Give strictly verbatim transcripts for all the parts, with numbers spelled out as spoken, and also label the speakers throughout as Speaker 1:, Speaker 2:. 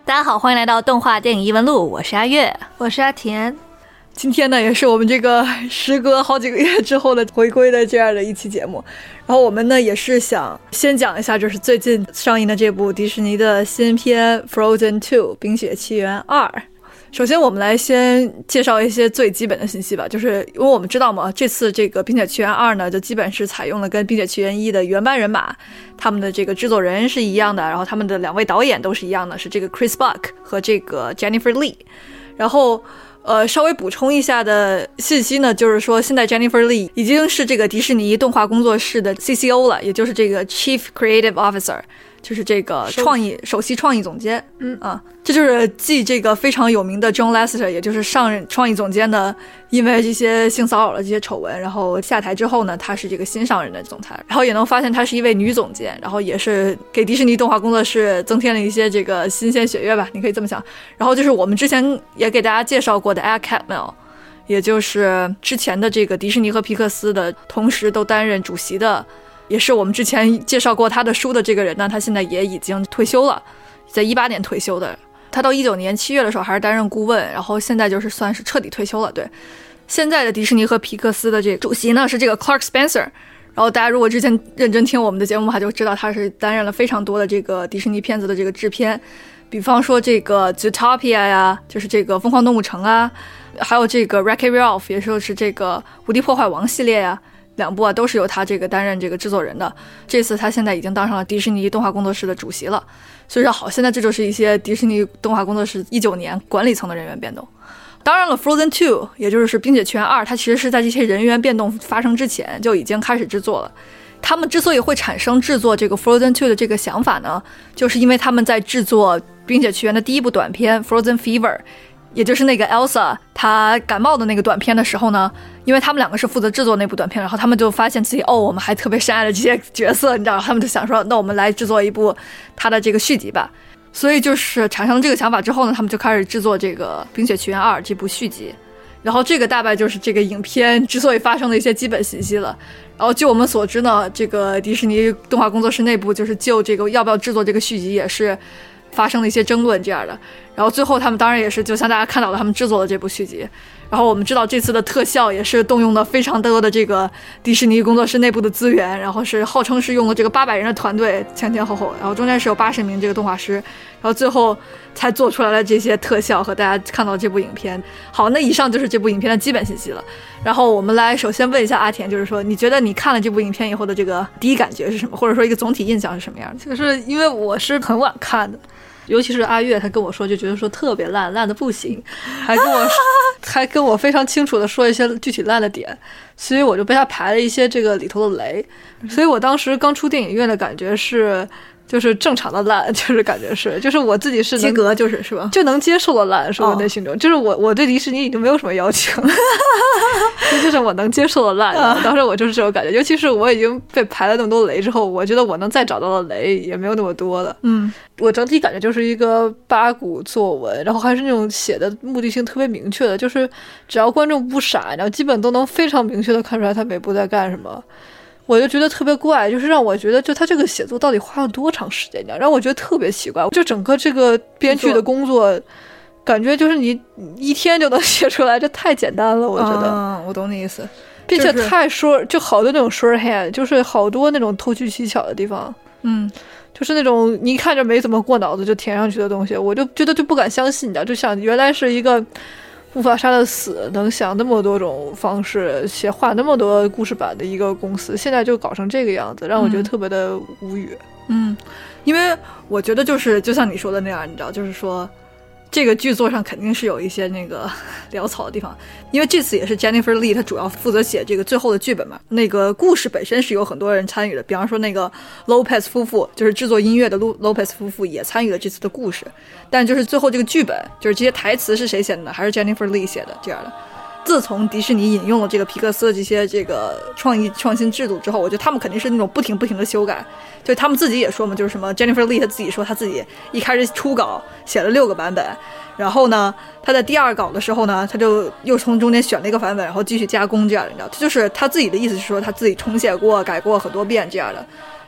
Speaker 1: 大家好，欢迎来到动画电影异闻录，我是阿月，
Speaker 2: 我是阿田。
Speaker 3: 今天呢，也是我们这个时隔好几个月之后的回归的这样的一期节目。然后我们呢，也是想先讲一下，就是最近上映的这部迪士尼的新片《Frozen 二》冰雪奇缘二。首先我们来先介绍一些最基本的信息吧，就是因为我们知道嘛，这次这个冰雪奇缘二呢，就基本是采用了跟冰雪奇缘一的原班人马，他们的这个制作人是一样的，然后他们的两位导演都是一样的，是这个 Chris Buck 和这个 Jennifer Lee。然后呃，稍微补充一下的信息呢，就是说现在 Jennifer Lee 已经是这个迪士尼动画工作室的 C C O 了，也就是这个 Chief Creative Officer， 就是这个创意首席创意总监。嗯啊，这就是继这个非常有名的 John Lasseter， 也就是上任创意总监的，因为这些性骚扰的这些丑闻，然后下台之后呢，他是这个新上任的总裁，然后也能发现他是一位女总监，然后也是给迪士尼动画工作室增添了一些这个新鲜血液吧，你可以这么想。然后就是我们之前也给大家介绍过的 Ed Catmull， 也就是之前的这个迪士尼和皮克斯的同时都担任主席的，也是我们之前介绍过他的书的这个人呢，他现在也已经退休了，在一八年退休的。他到一九年七月的时候还是担任顾问，然后现在就是算是彻底退休了。对，现在的迪士尼和皮克斯的这个主席呢是这个 Clark Spencer， 然后大家如果之前认真听我们的节目的话，就知道他是担任了非常多的这个迪士尼片子的这个制片，比方说这个 Zootopia 呀，就是这个疯狂动物城啊，还有这个 Wreck-It Ralph， 也就是这个无敌破坏王系列呀，两部啊都是由他这个担任这个制作人的。这次他现在已经当上了迪士尼动画工作室的主席了，所以说好，现在这就是一些迪士尼动画工作室一九年管理层的人员变动。当然了 Frozen 二，也就是冰雪奇缘二，它其实是在这些人员变动发生之前就已经开始制作了。他们之所以会产生制作这个 Frozen 二的这个想法呢，就是因为他们在制作冰雪奇缘的第一部短片 Frozen Fever，也就是那个 Elsa 她感冒的那个短片的时候呢，因为他们两个是负责制作那部短片，然后他们就发现自己哦，我们还特别深爱的这些角色，你知道，他们就想说，那我们来制作一部他的这个续集吧。所以就是产生这个想法之后呢，他们就开始制作这个《冰雪奇缘二》这部续集。然后这个大概就是这个影片之所以发生的一些基本信息了。然后据我们所知呢，这个迪士尼动画工作室内部就是就这个要不要制作这个续集也是发生了一些争论这样的。然后最后他们当然也是就像大家看到了，他们制作了这部续集。然后我们知道这次的特效也是动用了非常多的这个迪士尼工作室内部的资源，然后是号称是用了这个八百人的团队前前后后，然后中间是有八十名这个动画师，然后最后才做出来了这些特效和大家看到这部影片。好，那以上就是这部影片的基本信息了。然后我们来首先问一下阿田，就是说你觉得你看了这部影片以后的这个第一感觉是什么，或者说一个总体印象是什么样的？
Speaker 2: 就是因为我是很晚看的，尤其是阿月他跟我说就觉得说特别烂，烂的不行，还跟我还跟我非常清楚的说一些具体烂的点，所以我就被他排了一些这个里头的雷。所以我当时刚出电影院的感觉是就是正常的烂，就是感觉是就是我自己是
Speaker 3: 及格，就是是吧，
Speaker 2: 就能接受的烂，是我内心中、哦、就是我我对迪士尼已经没有什么要求这就是我能接受的烂、啊、当时我就是这种感觉，尤其是我已经被排了那么多雷之后，我觉得我能再找到的雷也没有那么多了。
Speaker 3: 嗯，
Speaker 2: 我整体感觉就是一个八股作文，然后还是那种写的目的性特别明确的，就是只要观众不傻，然后基本都能非常明确的看出来他每部在干什么。我就觉得特别怪，就是让我觉得就他这个写作到底花了多长时间，让我觉得特别奇怪。就整个这个编剧的工作感觉就是你一天就能写出来，这太简单了，我觉得。
Speaker 3: 嗯，我懂你意思，
Speaker 2: 并且太说就好多那种 shorthand， 就是好多那种偷机取巧的地方。
Speaker 3: 嗯，
Speaker 2: 就是那种你一看着没怎么过脑子就填上去的东西，我就觉得就不敢相信，你知道，就想原来是一个无法杀的死能想那么多种方式写画那么多故事版的一个公司，现在就搞成这个样子，让我觉得特别的无语。
Speaker 3: 嗯，因为我觉得就是就像你说的那样，你知道，就是说这个剧作上肯定是有一些那个潦草的地方，因为这次也是 Jennifer Lee 她主要负责写这个最后的剧本嘛。那个故事本身是有很多人参与的，比方说那个 Lopez 夫妇，就是制作音乐的 Lopez 夫妇也参与了这次的故事，但就是最后这个剧本，就是这些台词是谁写的呢？还是 Jennifer Lee 写的这样的。自从迪士尼引用了这个皮克斯的这些这个创意创新制度之后，我觉得他们肯定是那种不停不停的修改，就他们自己也说嘛，就是什么 Jennifer Lee 他自己说他自己一开始初稿写了六个版本，然后呢他在第二稿的时候呢，他就又从中间选了一个版本，然后继续加工这样的，你知道，这就是他自己的意思是说他自己重写过改过很多遍这样的。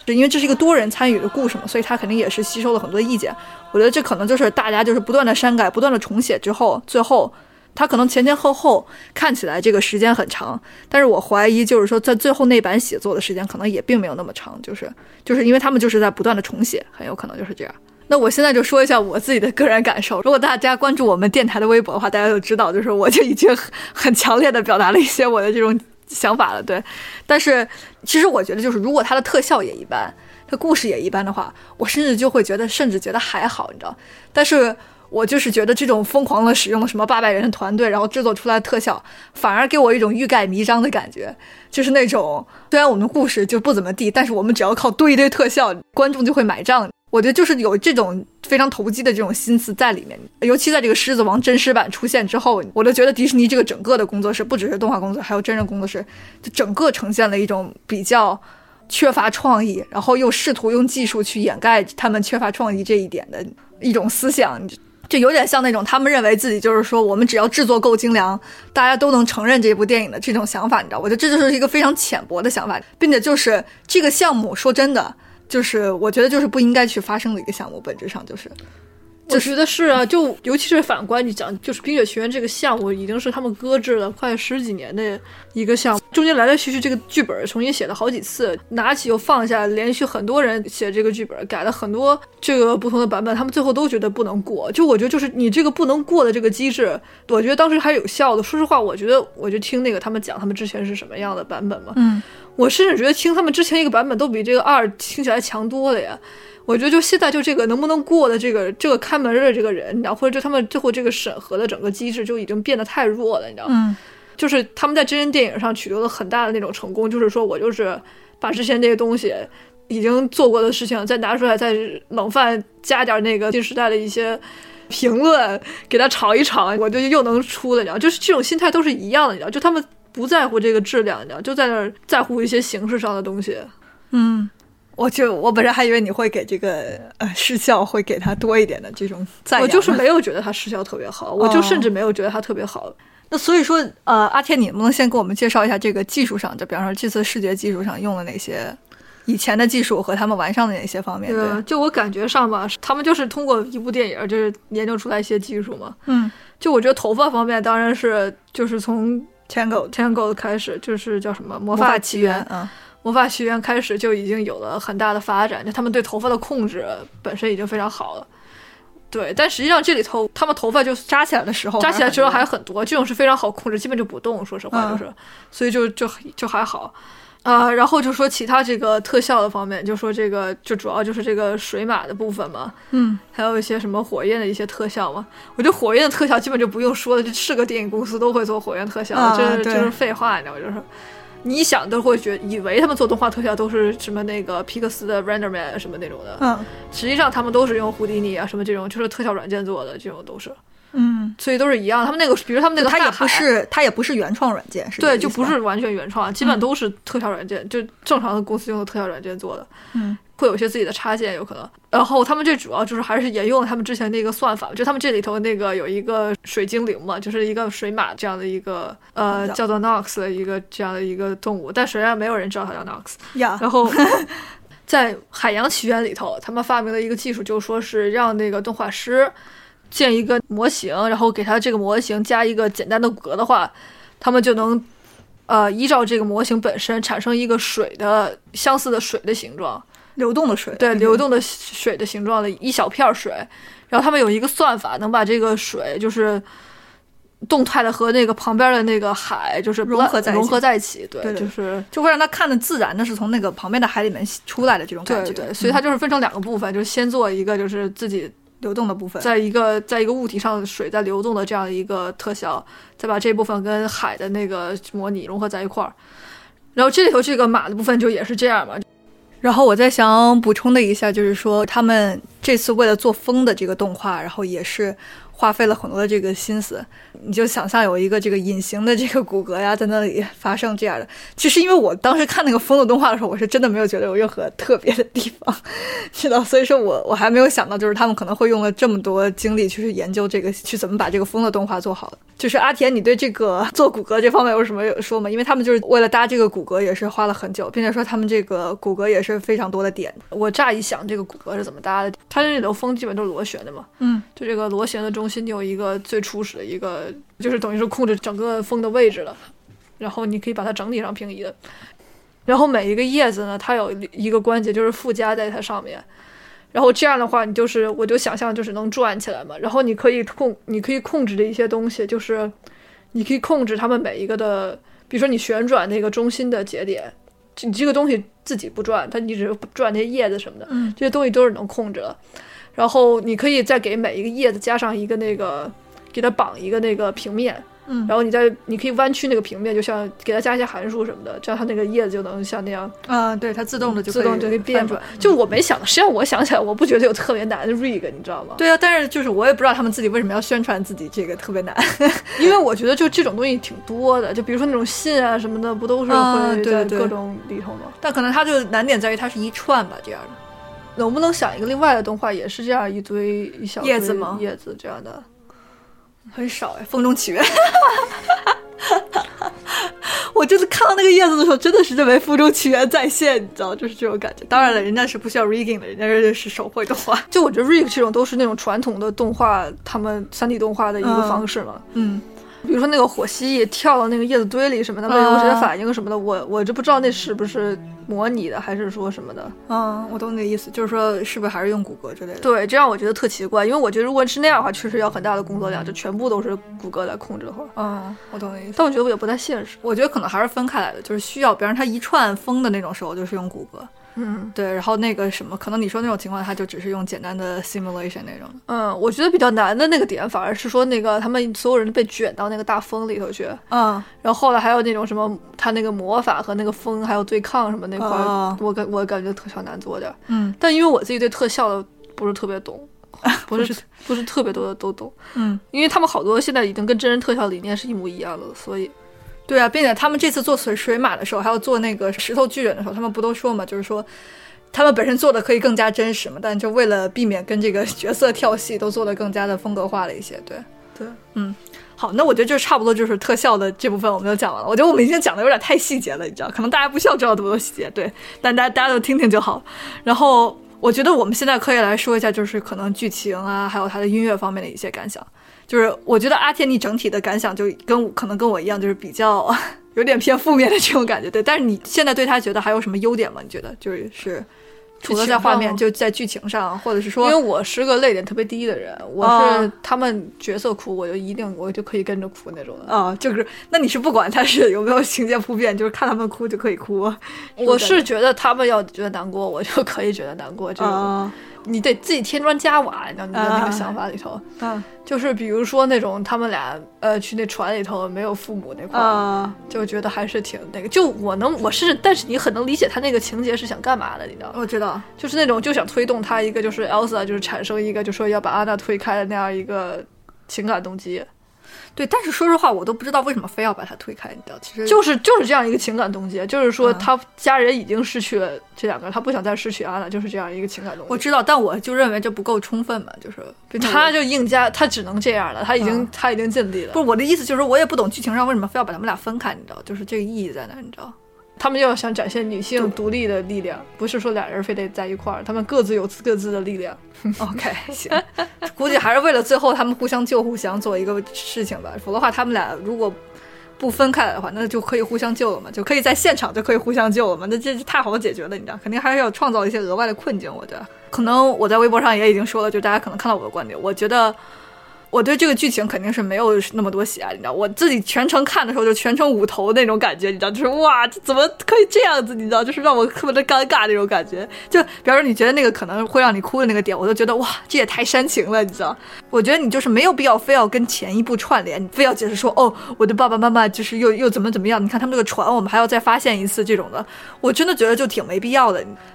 Speaker 3: 因为这是一个多人参与的故事嘛，所以他肯定也是吸收了很多意见。我觉得这可能就是大家就是不断的删改不断的重写之后，最后他可能前前后后看起来这个时间很长，但是我怀疑就是说在最后那版写作的时间可能也并没有那么长，就是就是因为他们就是在不断的重写，很有可能就是这样。那我现在就说一下我自己的个人感受，如果大家关注我们电台的微博的话，大家就知道就是我就已经很很强烈的表达了一些我的这种想法了，对。但是其实我觉得就是如果它的特效也一般，它故事也一般的话，我甚至就会觉得甚至觉得还好，你知道。但是我就是觉得这种疯狂的使用什么八百人的团队然后制作出来的特效，反而给我一种欲盖弥彰的感觉，就是那种虽然我们故事就不怎么地，但是我们只要靠堆一堆特效，观众就会买账。我觉得就是有这种非常投机的这种心思在里面，尤其在这个狮子王真实版出现之后，我就觉得迪士尼这个整个的工作室，不只是动画工作室还有真人工作室，就整个呈现了一种比较缺乏创意，然后又试图用技术去掩盖他们缺乏创意这一点的一种思想。就有点像那种他们认为自己就是说我们只要制作够精良，大家都能承认这部电影的这种想法，你知道，我觉得这就是一个非常浅薄的想法，并且就是这个项目说真的就是我觉得就是不应该去发生的一个项目，本质上就是
Speaker 2: 我觉得是啊，就尤其是反观你讲，就是冰雪奇缘这个项目已经是他们搁置了快十几年的一个项目，中间来来去去这个剧本重新写了好几次，拿起又放下，连续很多人写这个剧本，改了很多这个不同的版本，他们最后都觉得不能过。就我觉得就是你这个不能过的这个机制，我觉得当时还是有效的。说实话，我觉得我就听那个他们讲他们之前是什么样的版本嘛，
Speaker 3: 嗯，
Speaker 2: 我甚至觉得听他们之前一个版本都比这个二听起来强多了呀。我觉得就现在就这个能不能过的这个这个开门的这个人，你知道，或者就他们最后这个审核的整个机制就已经变得太弱了，你知道，
Speaker 3: 嗯，
Speaker 2: 就是他们在真人电影上取得了很大的那种成功，就是说我就是把之前那个东西已经做过的事情再拿出来，再冷饭加点那个新时代的一些评论给他炒一炒，我就又能出了，你知道，就是这种心态都是一样的，你知道，就他们不在乎这个质量，你知道，就在那儿在乎一些形式上的东西。
Speaker 3: 嗯，我就我本来还以为你会给这个呃视效会给他多一点的这种赞扬，
Speaker 2: 我就是没有觉得他视效特别好，我就甚至没有觉得他特别好。
Speaker 3: 那所以说，呃，阿天，你能不能先给我们介绍一下这个技术上，就比方说这次视觉技术上用了哪些以前的技术和他们完善的哪些方面？对，
Speaker 2: 对，就我感觉上吧，他们就是通过一部电影就是研究出来一些技术嘛。
Speaker 3: 嗯，
Speaker 2: 就我觉得头发方面，当然是就是从
Speaker 3: Tangled
Speaker 2: Tangled 开始，就是叫什么魔
Speaker 3: 魔
Speaker 2: 法
Speaker 3: 法奇缘，嗯。
Speaker 2: 魔法奇缘开始就已经有了很大的发展，就他们对头发的控制本身已经非常好了。对，但实际上这里头他们头发就
Speaker 3: 扎起来的时候，
Speaker 2: 扎起来之后还很多，这种是非常好控制，基本就不动，说实话就是，嗯、所以就就就还好。呃，然后就说其他这个特效的方面，就说这个就主要就是这个水马的部分嘛，
Speaker 3: 嗯，
Speaker 2: 还有一些什么火焰的一些特效嘛。我觉得火焰的特效基本就不用说了，这是个电影公司都会做火焰特效，
Speaker 3: 啊、
Speaker 2: 这这是废话，你知道吗？就是。你一想都会觉得以为他们做动画特效都是什么那个皮克斯的 RenderMan 什么那种的，
Speaker 3: 嗯，
Speaker 2: 实际上他们都是用胡迪尼啊什么这种就是特效软件做的，这种都是，
Speaker 3: 嗯，
Speaker 2: 所以都是一样。他们那个比如他们那个
Speaker 3: 它也不是它也不是原创软件，是
Speaker 2: 对，就不是完全原创，基本都是特效软件，嗯、就正常的公司用的特效软件做的，
Speaker 3: 嗯。
Speaker 2: 会有一些自己的插件有可能，然后他们这主要就是还是沿用了他们之前那个算法，就他们这里头那个有一个水精灵嘛，就是一个水马这样的一个呃叫做 Nox 的一个这样的一个动物，但实际上没有人知道它叫 Nox。
Speaker 3: 呀，
Speaker 2: 然后在海洋奇缘里头，他们发明了一个技术，就说是让那个动画师建一个模型，然后给他这个模型加一个简单的骨骼的话，他们就能呃依照这个模型本身产生一个水的相似的水的形状。
Speaker 3: 流动的水，
Speaker 2: 对，流动的水的形状的一小片水，然后他们有一个算法，能把这个水就是动态的和那个旁边的那个海就是
Speaker 3: 融合在一起，
Speaker 2: 融合在一起，对，
Speaker 3: 对对
Speaker 2: 就是
Speaker 3: 就会让它看的自然的是从那个旁边的海里面出来的这种感觉，
Speaker 2: 对对，所以它就是分成两个部分，嗯、就是先做一个就是自己
Speaker 3: 流动的部分，
Speaker 2: 在一个在一个物体上水在流动的这样的一个特效，再把这部分跟海的那个模拟融合在一块儿，然后这里头这个马的部分就也是这样嘛。
Speaker 3: 然后我再想补充的一下，就是说他们这次为了做风的这个动画，然后也是花费了很多的这个心思。你就想象有一个这个隐形的这个骨骼呀，在那里发生这样的。其实因为我当时看那个风的动画的时候，我是真的没有觉得有任何特别的地方，知道？所以说我我还没有想到，就是他们可能会用了这么多精力去研究这个，去怎么把这个风的动画做好。就是阿田，你对这个做骨骼这方面有什么有说吗？因为他们就是为了搭这个骨骼也是花了很久，并且说他们这个骨骼也是非常多的点。
Speaker 2: 我乍一想这个骨骼是怎么搭的，它这种风基本都是螺旋的嘛，
Speaker 3: 嗯，
Speaker 2: 就这个螺旋的中心有一个最初始的一个，就是等于是控制整个风的位置了，然后你可以把它整体上平移的。然后每一个叶子呢，它有一个关节就是附加在它上面，然后这样的话你就是我就想象就是能转起来嘛，然后你可以控你可以控制的一些东西，就是你可以控制它们每一个的，比如说你旋转那个中心的节点，你这个东西自己不转，它一直转那些叶子什么的，
Speaker 3: 嗯，
Speaker 2: 这些东西都是能控制的。然后你可以再给每一个叶子加上一个那个，给它绑一个那个平面，
Speaker 3: 嗯，
Speaker 2: 然后你再你可以弯曲那个平面，就像给它加一些函数什么的，这样它那个叶子就能像那样
Speaker 3: 啊、呃，对，它自动的就可以
Speaker 2: 自动就可以变
Speaker 3: 转。
Speaker 2: 就我没想到，实际上我想起来，我不觉得有特别难的 rig， 你知道吗？
Speaker 3: 对啊，但是就是我也不知道他们自己为什么要宣传自己这个特别难，
Speaker 2: 因为我觉得就这种东西挺多的，就比如说那种信啊什么的，不都是会在各种里头吗？
Speaker 3: 啊、但可能它就难点在于它是一串吧，这样的。
Speaker 2: 能不能想一个另外的动画，也是这样一堆一小堆
Speaker 3: 叶子吗？
Speaker 2: 叶子这样的
Speaker 3: 很少哎，《风中起源》。我这次看到那个叶子的时候，真的是认为《风中起源》在线，你知道，就是这种感觉。当然了，人家是不需要 rigging 的，人家是是手绘动画。
Speaker 2: 就我觉得 rig 这种都是那种传统的动画，他们三 D 动画的一个方式嘛。
Speaker 3: 嗯。
Speaker 2: 比如说那个火蜥蜴跳到那个叶子堆里什么的，没有直接反应什么的，我我就不知道那是不是模拟的，还是说什么的。
Speaker 3: 嗯，我懂你的意思，就是说是不是还是用骨骼之类的？
Speaker 2: 对，这样我觉得特奇怪，因为我觉得如果是那样的话，确实要很大的工作量，就全部都是骨骼来控制的话。
Speaker 3: 嗯，我懂你的意思。
Speaker 2: 但我觉得我也不太现实，
Speaker 3: 我觉得可能还是分开来的，就是需要，比方说它一串风的那种时候，就是用骨骼。
Speaker 2: 嗯，
Speaker 3: 对，然后那个什么，可能你说那种情况，它就只是用简单的 simulation 那种。
Speaker 2: 嗯，我觉得比较难的那个点，反而是说那个他们所有人被卷到那个大风里头去。
Speaker 3: 嗯，
Speaker 2: 然后后来还有那种什么，他那个魔法和那个风还有对抗什么那块，
Speaker 3: 哦、
Speaker 2: 我感我感觉特效难做点。
Speaker 3: 嗯，
Speaker 2: 但因为我自己对特效的不是特别懂，不是不是特别多的都懂。
Speaker 3: 嗯，
Speaker 2: 因为他们好多现在已经跟真人特效理念是一模一样的，所以。
Speaker 3: 对啊，并且他们这次做水水马的时候，还有做那个石头巨人的时候，他们不都说嘛，就是说他们本身做的可以更加真实嘛，但就为了避免跟这个角色跳戏，都做的更加的风格化了一些。对
Speaker 2: 对，
Speaker 3: 嗯，好，那我觉得就差不多就是特效的这部分我们就讲完了。我觉得我们已经讲的有点太细节了，你知道，可能大家不需要知道这么多细节，对，但大家大家都听听就好。然后我觉得我们现在可以来说一下，就是可能剧情啊，还有它的音乐方面的一些感想。就是我觉得阿天尼整体的感想就跟可能跟我一样，就是比较有点偏负面的这种感觉，对。但是你现在对他觉得还有什么优点吗？你觉得就是是除了在画面，就在剧情上，或者是说，
Speaker 2: 因为我是个泪点特别低的人，我是、哦、他们角色哭，我就一定我就可以跟着哭那种的。
Speaker 3: 啊、哦，就是那你是不管他是有没有情节铺垫，就是看他们哭就可以哭。
Speaker 2: 我是觉得他们要觉得难过，我就可以觉得难过。这种、哦、你得自己添砖加瓦，你知道你的那个想法里头。
Speaker 3: 嗯、啊，
Speaker 2: 就是比如说那种他们俩呃去那船里头没有父母那块，
Speaker 3: 啊，
Speaker 2: 就觉得还是挺那个。就我能我是，但是你很能理解他那个情节是想干嘛的，你知道吗？
Speaker 3: 我知道，
Speaker 2: 就是那种就想推动他一个，就是 Elsa 就是产生一个，就说要把安娜推开的那样一个情感动机。
Speaker 3: 对，但是说实话，我都不知道为什么非要把他推开，你知道？其实
Speaker 2: 就是就是这样一个情感动机，就是说他家人已经失去了这两个，他不想再失去安娜，就是这样一个情感动机。
Speaker 3: 我知道，但我就认为这不够充分嘛，就是
Speaker 2: 他就硬加，他只能这样了，他已经、嗯、他已经尽力了。
Speaker 3: 不是我的意思，就是我也不懂剧情上为什么非要把他们俩分开，你知道？就是这个意义在哪，你知道？
Speaker 2: 他们就要想展现女性独立的力量，不是说俩人非得在一块儿，他们各自有各自的力量。
Speaker 3: OK， 行，估计还是为了最后他们互相救、互相做一个事情吧。否则的话，他们俩如果不分开来的话，那就可以互相救了嘛，就可以在现场就可以互相救了嘛。那这太好解决了，你知道？肯定还是要创造一些额外的困境。我觉得，可能我在微博上也已经说了，就大家可能看到我的观点，我觉得。我对这个剧情肯定是没有那么多喜爱，你知道，我自己全程看的时候就全程捂头那种感觉，你知道，就是哇，这怎么可以这样子，你知道，就是让我特别的尴尬那种感觉。就比方说你觉得那个可能会让你哭的那个点，我就觉得哇，这也太煽情了，你知道。我觉得你就是没有必要非要跟前一部串联，你非要解释说哦，我的爸爸妈妈就是又又怎么怎么样，你看他们这个船我们还要再发现一次这种的，我真的觉得就挺没必要的。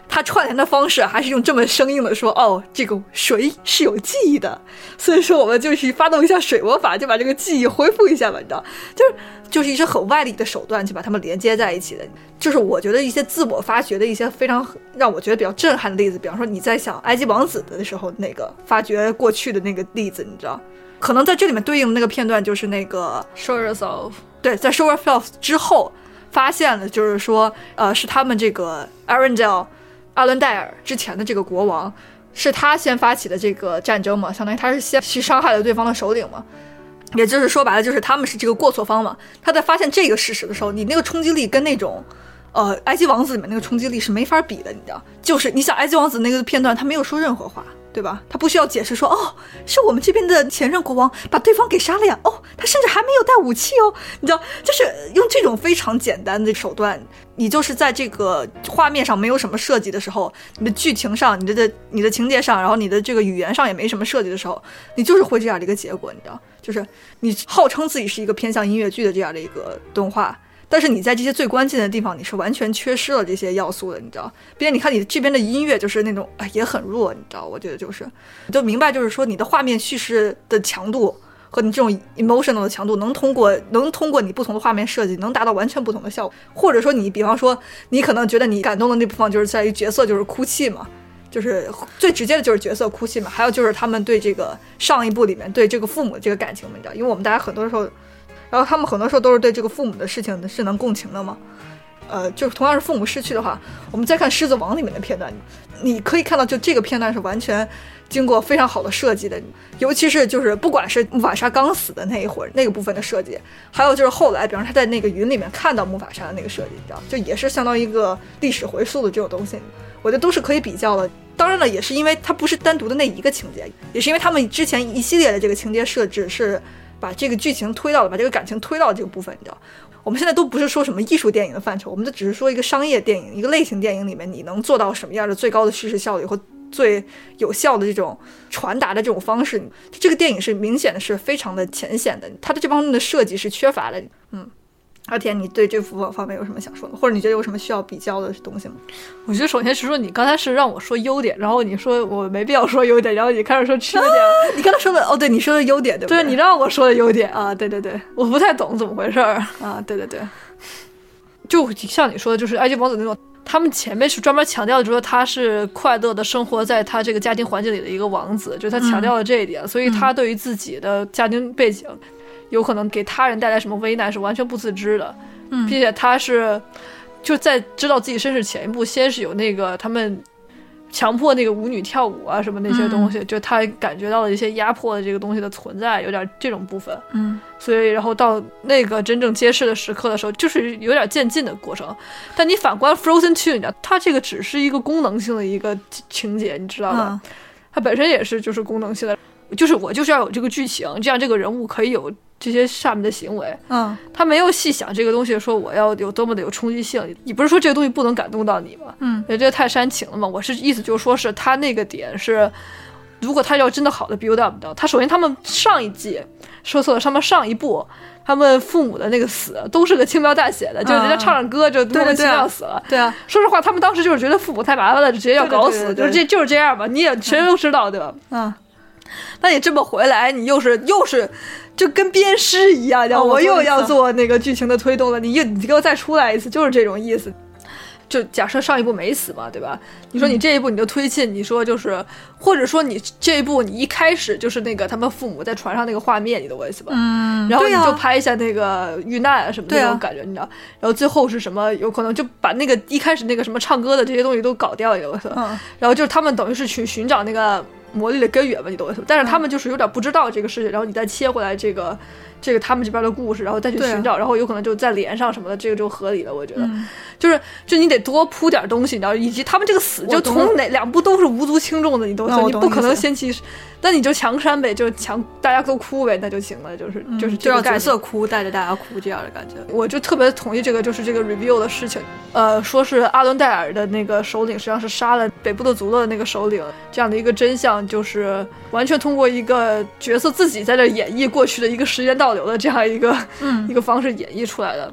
Speaker 3: 他串联的方式还是用这么生硬的说，哦，这个水是有记忆的，所以说我们就去发动一下水魔法，就把这个记忆恢复一下吧，你知道，就是就是一些很外力的手段去把它们连接在一起的。就是我觉得一些自我发掘的一些非常让我觉得比较震撼的例子，比方说你在想埃及王子的时候那个发掘过去的那个例子，你知道，可能在这里面对应的那个片段就是那个
Speaker 2: Show yourself，
Speaker 3: 对，在 Show yourself 之后发现了，就是说呃是他们这个 Arendelle 阿伦戴尔之前的这个国王，是他先发起的这个战争嘛，相当于他是先去伤害了对方的首领嘛，也就是说白了就是他们是这个过错方嘛。他在发现这个事实的时候，你那个冲击力跟那种呃埃及王子里面那个冲击力是没法比的，你知道，就是你想埃及王子那个片段他没有说任何话，对吧？他不需要解释说，哦，是我们这边的前任国王把对方给杀了呀，哦，他甚至还没有带武器哦，你知道，就是用这种非常简单的手段，你就是在这个画面上没有什么设计的时候，你的剧情上，你的你的情节上，然后你的这个语言上也没什么设计的时候，你就是会这样的一个结果，你知道，就是你号称自己是一个偏向音乐剧的这样的一个动画，但是你在这些最关键的地方你是完全缺失了这些要素的，你知道，并且你看你这边的音乐就是那种、哎、也很弱，你知道，我觉得就是你就明白，就是说你的画面叙事的强度和你这种 emotional 的强度能通过能通过你不同的画面设计能达到完全不同的效果。或者说你比方说你可能觉得你感动的那部分就是在于角色就是哭泣嘛，就是最直接的就是角色哭泣嘛，还有就是他们对这个上一部里面对这个父母的这个感情嘛，你知道，因为我们大家很多时候，然后他们很多时候都是对这个父母的事情是能共情的嘛。呃，就同样是父母失去的话，我们再看《狮子王》里面的片段，你可以看到就这个片段是完全经过非常好的设计的，尤其是就是不管是木法沙刚死的那一会儿那个部分的设计，还有就是后来比方说他在那个云里面看到木法沙的那个设计，你知道，就也是相当于一个历史回溯的这种东西，我觉得都是可以比较的。当然了，也是因为它不是单独的那一个情节，也是因为他们之前一系列的这个情节设置是把这个剧情推到了，把这个感情推到了这个部分，你知道。我们现在都不是说什么艺术电影的范畴，我们就只是说一个商业电影，一个类型电影里面你能做到什么样的最高的叙事效率或最有效的这种传达的这种方式。这个电影是明显的是非常的浅显的，它的这方面的设计是缺乏的。嗯，阿田，你对这部方面有什么想说的，或者你觉得有什么需要比较的东西吗？
Speaker 2: 我觉得首先是说你刚才是让我说优点，然后你说我没必要说优点，然后你开始说缺点、啊、
Speaker 3: 你刚才说的哦，对，你说的优点对不对？
Speaker 2: 对，你让我说的优点
Speaker 3: 啊，对对对，
Speaker 2: 我不太懂怎么回事
Speaker 3: 啊，对对对，
Speaker 2: 就像你说的，就是埃及王子那种，他们前面是专门强调的，说他是快乐的生活在他这个家庭环境里的一个王子，就是他强调了这一点、嗯、所以他对于自己的家庭背景、嗯、有可能给他人带来什么危难是完全不自知的，嗯，并且他是就在知道自己身世前一步，先是有那个他们强迫那个舞女跳舞啊什么那些东西、嗯、就他感觉到了一些压迫的这个东西的存在，有点这种部分，
Speaker 3: 嗯，
Speaker 2: 所以然后到那个真正揭示的时刻的时候，就是有点渐进的过程。但你反观 Frozen 二，你知道它这个只是一个功能性的一个情节，你知道吧、嗯、它本身也是就是功能性的，就是我就是要有这个剧情，这样这个人物可以有这些下面的行为，
Speaker 3: 嗯，
Speaker 2: 他没有细想这个东西，说我要有多么的有冲击性。你不是说这个东西不能感动到你吗？
Speaker 3: 嗯，
Speaker 2: 这个太煽情了嘛。我是意思就是说是他那个点是，如果他要真的好的 build up 的，他首先他们上一季说错了，上面上一部他们父母的那个死都是个轻描淡写的，就人家唱唱歌就莫名其妙死了。
Speaker 3: 对啊，
Speaker 2: 说实话，他们当时就是觉得父母太麻烦了，直接要搞死，
Speaker 3: 对对对对对，
Speaker 2: 就是这就是这样吧，你也谁都知道，对吧？
Speaker 3: 嗯。
Speaker 2: 那你这么回来，你又是又是就跟鞭尸一样，哦、我又要做那个剧情的推动了，你你给我再出来一次，就是这种意思。就假设上一部没死嘛，对吧？你说你这一部你就推进，你说就是，或者说你这一部你一开始就是那个他们父母在船上那个画面，你懂我意思吧？
Speaker 3: 嗯，
Speaker 2: 然后你就拍一下那个遇难啊什么的那种感觉，你知道？然后最后是什么？有可能就把那个一开始那个什么唱歌的这些东西都搞掉，你懂我意思？
Speaker 3: 嗯，
Speaker 2: 然后就是他们等于是去寻找那个魔力的根源吧，你懂我意思？但是他们就是有点不知道这个事情，然后你再切回来这个这个他们这边的故事，然后再去寻找，然后有可能就再连上什么的，这个就合理了，我觉得。
Speaker 3: 嗯、
Speaker 2: 就是就你得多铺点东西，你知道，以及他们这个死就从哪两部都是无足轻重的，你都你不可能先起，那你就强删呗，就强大家都哭呗，那就行了，就是就是
Speaker 3: 就让角色哭，带着大家哭这样的感觉。
Speaker 2: 我就特别同意这个，就是这个 review 的事情，呃，说是阿伦戴尔的那个首领实际上是杀了北部的族的那个首领，这样的一个真相，就是完全通过一个角色自己在这演绎过去的一个时间倒流的这样一个、
Speaker 3: 嗯、
Speaker 2: 一个方式演绎出来的。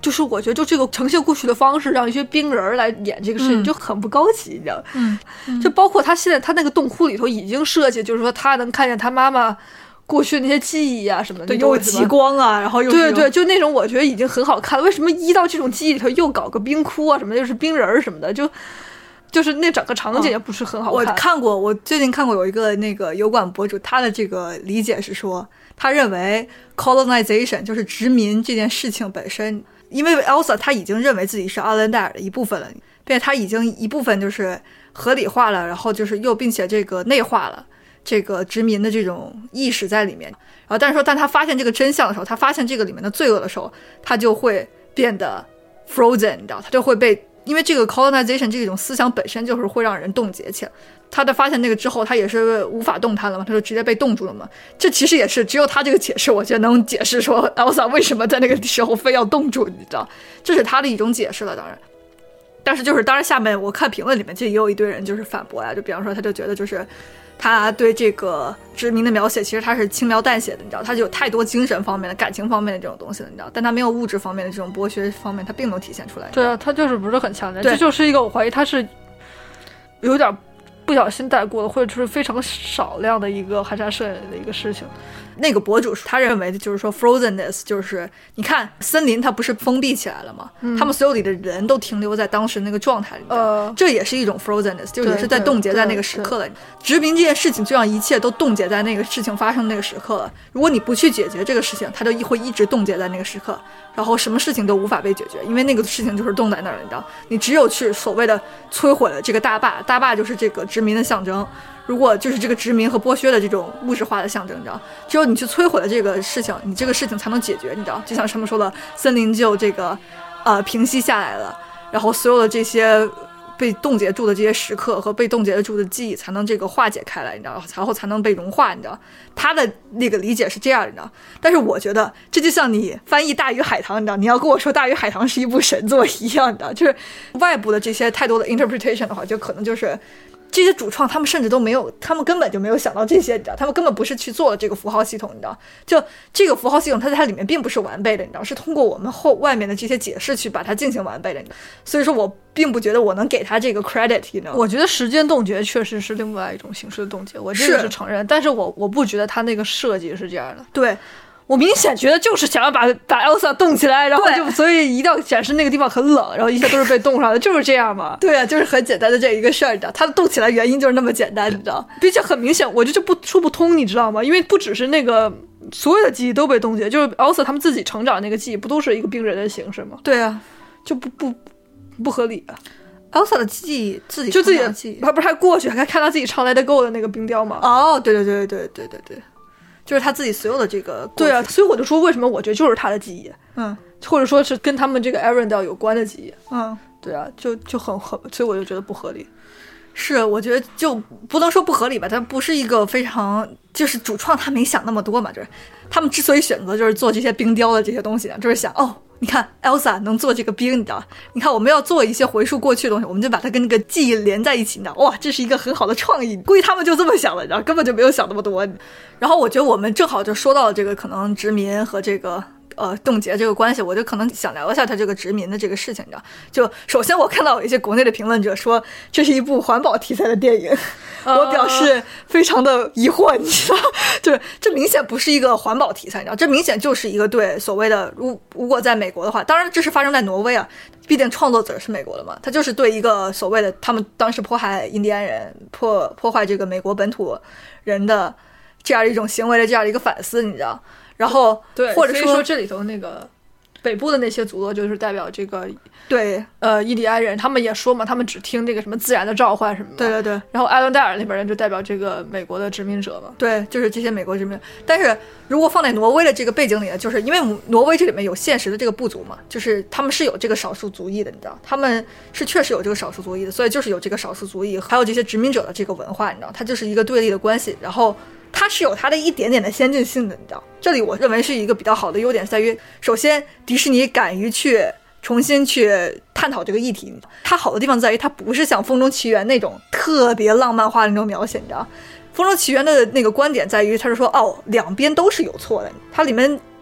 Speaker 2: 就是我觉得就这个呈现故事的方式，让一些冰人来演这个事情、
Speaker 3: 嗯、
Speaker 2: 就很不高级，你知道吗？
Speaker 3: 嗯，嗯
Speaker 2: 就包括他现在他那个洞窟里头已经设计，就是说他能看见他妈妈过去那些记忆啊什么的，
Speaker 3: 对，又有极光啊，然后又
Speaker 2: 对对，就那种我觉得已经很好看了。为什么一到这种记忆里头又搞个冰窟啊什么的，又是冰人什么的，就就是那整个场景也不是很好看。
Speaker 3: 哦、我看过，我最近看过有一个那个油管博主，他的这个理解是说，他认为 colonization 就是殖民这件事情本身，因为 Elsa 他已经认为自己是阿伦戴尔的一部分了，并且他已经一部分就是合理化了，然后就是又并且这个内化了这个殖民的这种意识在里面。然后但是说，但他发现这个真相的时候，他发现这个里面的罪恶的时候，他就会变得 frozen， 你知道，他就会被。因为这个 colonization 这种思想本身就是会让人冻结起来，他的发现那个之后，他也是无法动弹了嘛，他就直接被冻住了嘛。这其实也是只有他这个解释，我觉得能解释说 Elsa 为什么在那个时候非要冻住，你知道，这是他的一种解释了。当然，但是就是当然下面我看评论里面就也有一堆人就是反驳呀，就比方说他就觉得就是他对这个殖民的描写其实他是轻描淡写的，你知道，他就有太多精神方面的、感情方面的这种东西了，你知道，但他没有物质方面的这种剥削方面，他并没有体现出来。
Speaker 2: 对啊，他就是不是很强烈，这就是一个我怀疑他是有点不小心带过的，或者是非常少量的一个含沙射影的一个事情。
Speaker 3: 那个博主他认为的就是说 frozenness 就是你看森林它不是封闭起来了吗、嗯、他们所有里的人都停留在当时那个状态里面、呃、这也是一种 frozenness， 就也是在冻结在那个时刻了。殖民这件事情就让一切都冻结在那个事情发生那个时刻了，如果你不去解决这个事情，它就会一直冻结在那个时刻，然后什么事情都无法被解决，因为那个事情就是冻在那儿了，你知道，你只有去所谓的摧毁了这个大坝，大坝就是这个殖民的象征，如果就是这个殖民和剥削的这种物质化的象征，你知道，只有你去摧毁了这个事情，你这个事情才能解决，你知道，就像他们说的，森林就这个呃平息下来了，然后所有的这些被冻结住的这些时刻和被冻结住的记忆才能这个化解开来，你知道，然后才能被融化，你知道，他的那个理解是这样，你知道，但是我觉得这就像你翻译《大鱼海棠》，你知道，你要跟我说《大鱼海棠》是一部神作一样，你知道，就是外部的这些太多的 interpretation 的话，就可能就是这些主创他们甚至都没有，他们根本就没有想到这些，你知道，他们根本不是去做了这个符号系统，你知道，就这个符号系统它在它里面并不是完备的，你知道，是通过我们后外面的这些解释去把它进行完备的，你知道，所以说我并不觉得我能给他这个 credit， 你知道，
Speaker 2: 我觉得时间冻结确实是另外一种形式的冻结，我这个是承认，但是我我不觉得他那个设计是这样的，
Speaker 3: 对。
Speaker 2: 我明显觉得就是想要把把 Elsa 冻起来，然后就所以一定要展示那个地方很冷，然后一切都是被冻上的，就是这样嘛。
Speaker 3: 对啊，就是很简单的这一个事儿，你知道，它冻起来原因就是那么简单，你知道，
Speaker 2: 并且很明显，我这就不说不通，你知道吗？因为不只是那个所有的记忆都被冻结，就是 Elsa 他们自己成长那个记忆，不都是一个冰人的形式吗？
Speaker 3: 对啊，
Speaker 2: 就不不不合理啊。
Speaker 3: Elsa 的记忆自己
Speaker 2: 就自己
Speaker 3: 的记忆，
Speaker 2: 他不是还过去还看他自己唱 Let It Go 的那个冰雕吗？
Speaker 3: 哦，对对对对对对对。就是他自己所有的这个，
Speaker 2: 对啊，所以我就说为什么我觉得就是他的记忆，
Speaker 3: 嗯，
Speaker 2: 或者说是跟他们这个 Arendelle 有关的记忆，
Speaker 3: 嗯，
Speaker 2: 对啊，就就很很，所以我就觉得不合理。
Speaker 3: 是，我觉得就不能说不合理吧，它不是一个非常，就是主创他没想那么多嘛，就是他们之所以选择就是做这些冰雕的这些东西呢，就是想哦。你看 Elsa 能做这个冰，你知道，你看我们要做一些回溯过去的东西，我们就把它跟那个记忆连在一起，你知道，哇，这是一个很好的创意，估计他们就这么想了，你知道，根本就没有想那么多。然后我觉得我们正好就说到了这个可能殖民和这个呃冻结这个关系，我就可能想聊一下它这个殖民的这个事情，你知道，就首先我看到有一些国内的评论者说这是一部环保题材的电影，我表示非常的疑惑，你知道，就是这明显不是一个环保题材，你知道，这明显就是一个对所谓的如如果在美国的话，当然这是发生在挪威啊，毕竟创作者是美国的嘛，他就是对一个所谓的他们当时迫害印第安人、破破坏这个美国本土人的这样一种行为的这样一个反思，你知道，然后
Speaker 2: 对，
Speaker 3: 或者
Speaker 2: 说, 说这里头那个北部的那些族落就是代表这个
Speaker 3: 对
Speaker 2: 呃印第安人，他们也说嘛，他们只听这个什么自然的召唤什么的。
Speaker 3: 对对对。
Speaker 2: 然后艾伦戴尔那边人就代表这个美国的殖民者嘛。
Speaker 3: 对，就是这些美国殖民。但是如果放在挪威的这个背景里呢，就是因为挪威这里面有现实的这个部族嘛，就是他们是有这个少数族裔的，你知道，他们是确实有这个少数族裔的，所以就是有这个少数族裔，还有这些殖民者的这个文化，你知道，它就是一个对立的关系。然后它是有它的一点点的先进性的，你知道，这里我认为是一个比较好的优点，在于首先迪士尼敢于去重新去探讨这个议题，它好的地方在于它不是像《风中奇缘》那种特别浪漫化的那种描写，你知道，《风中奇缘》的那个观点在于它是说哦两边都是有错的，它里面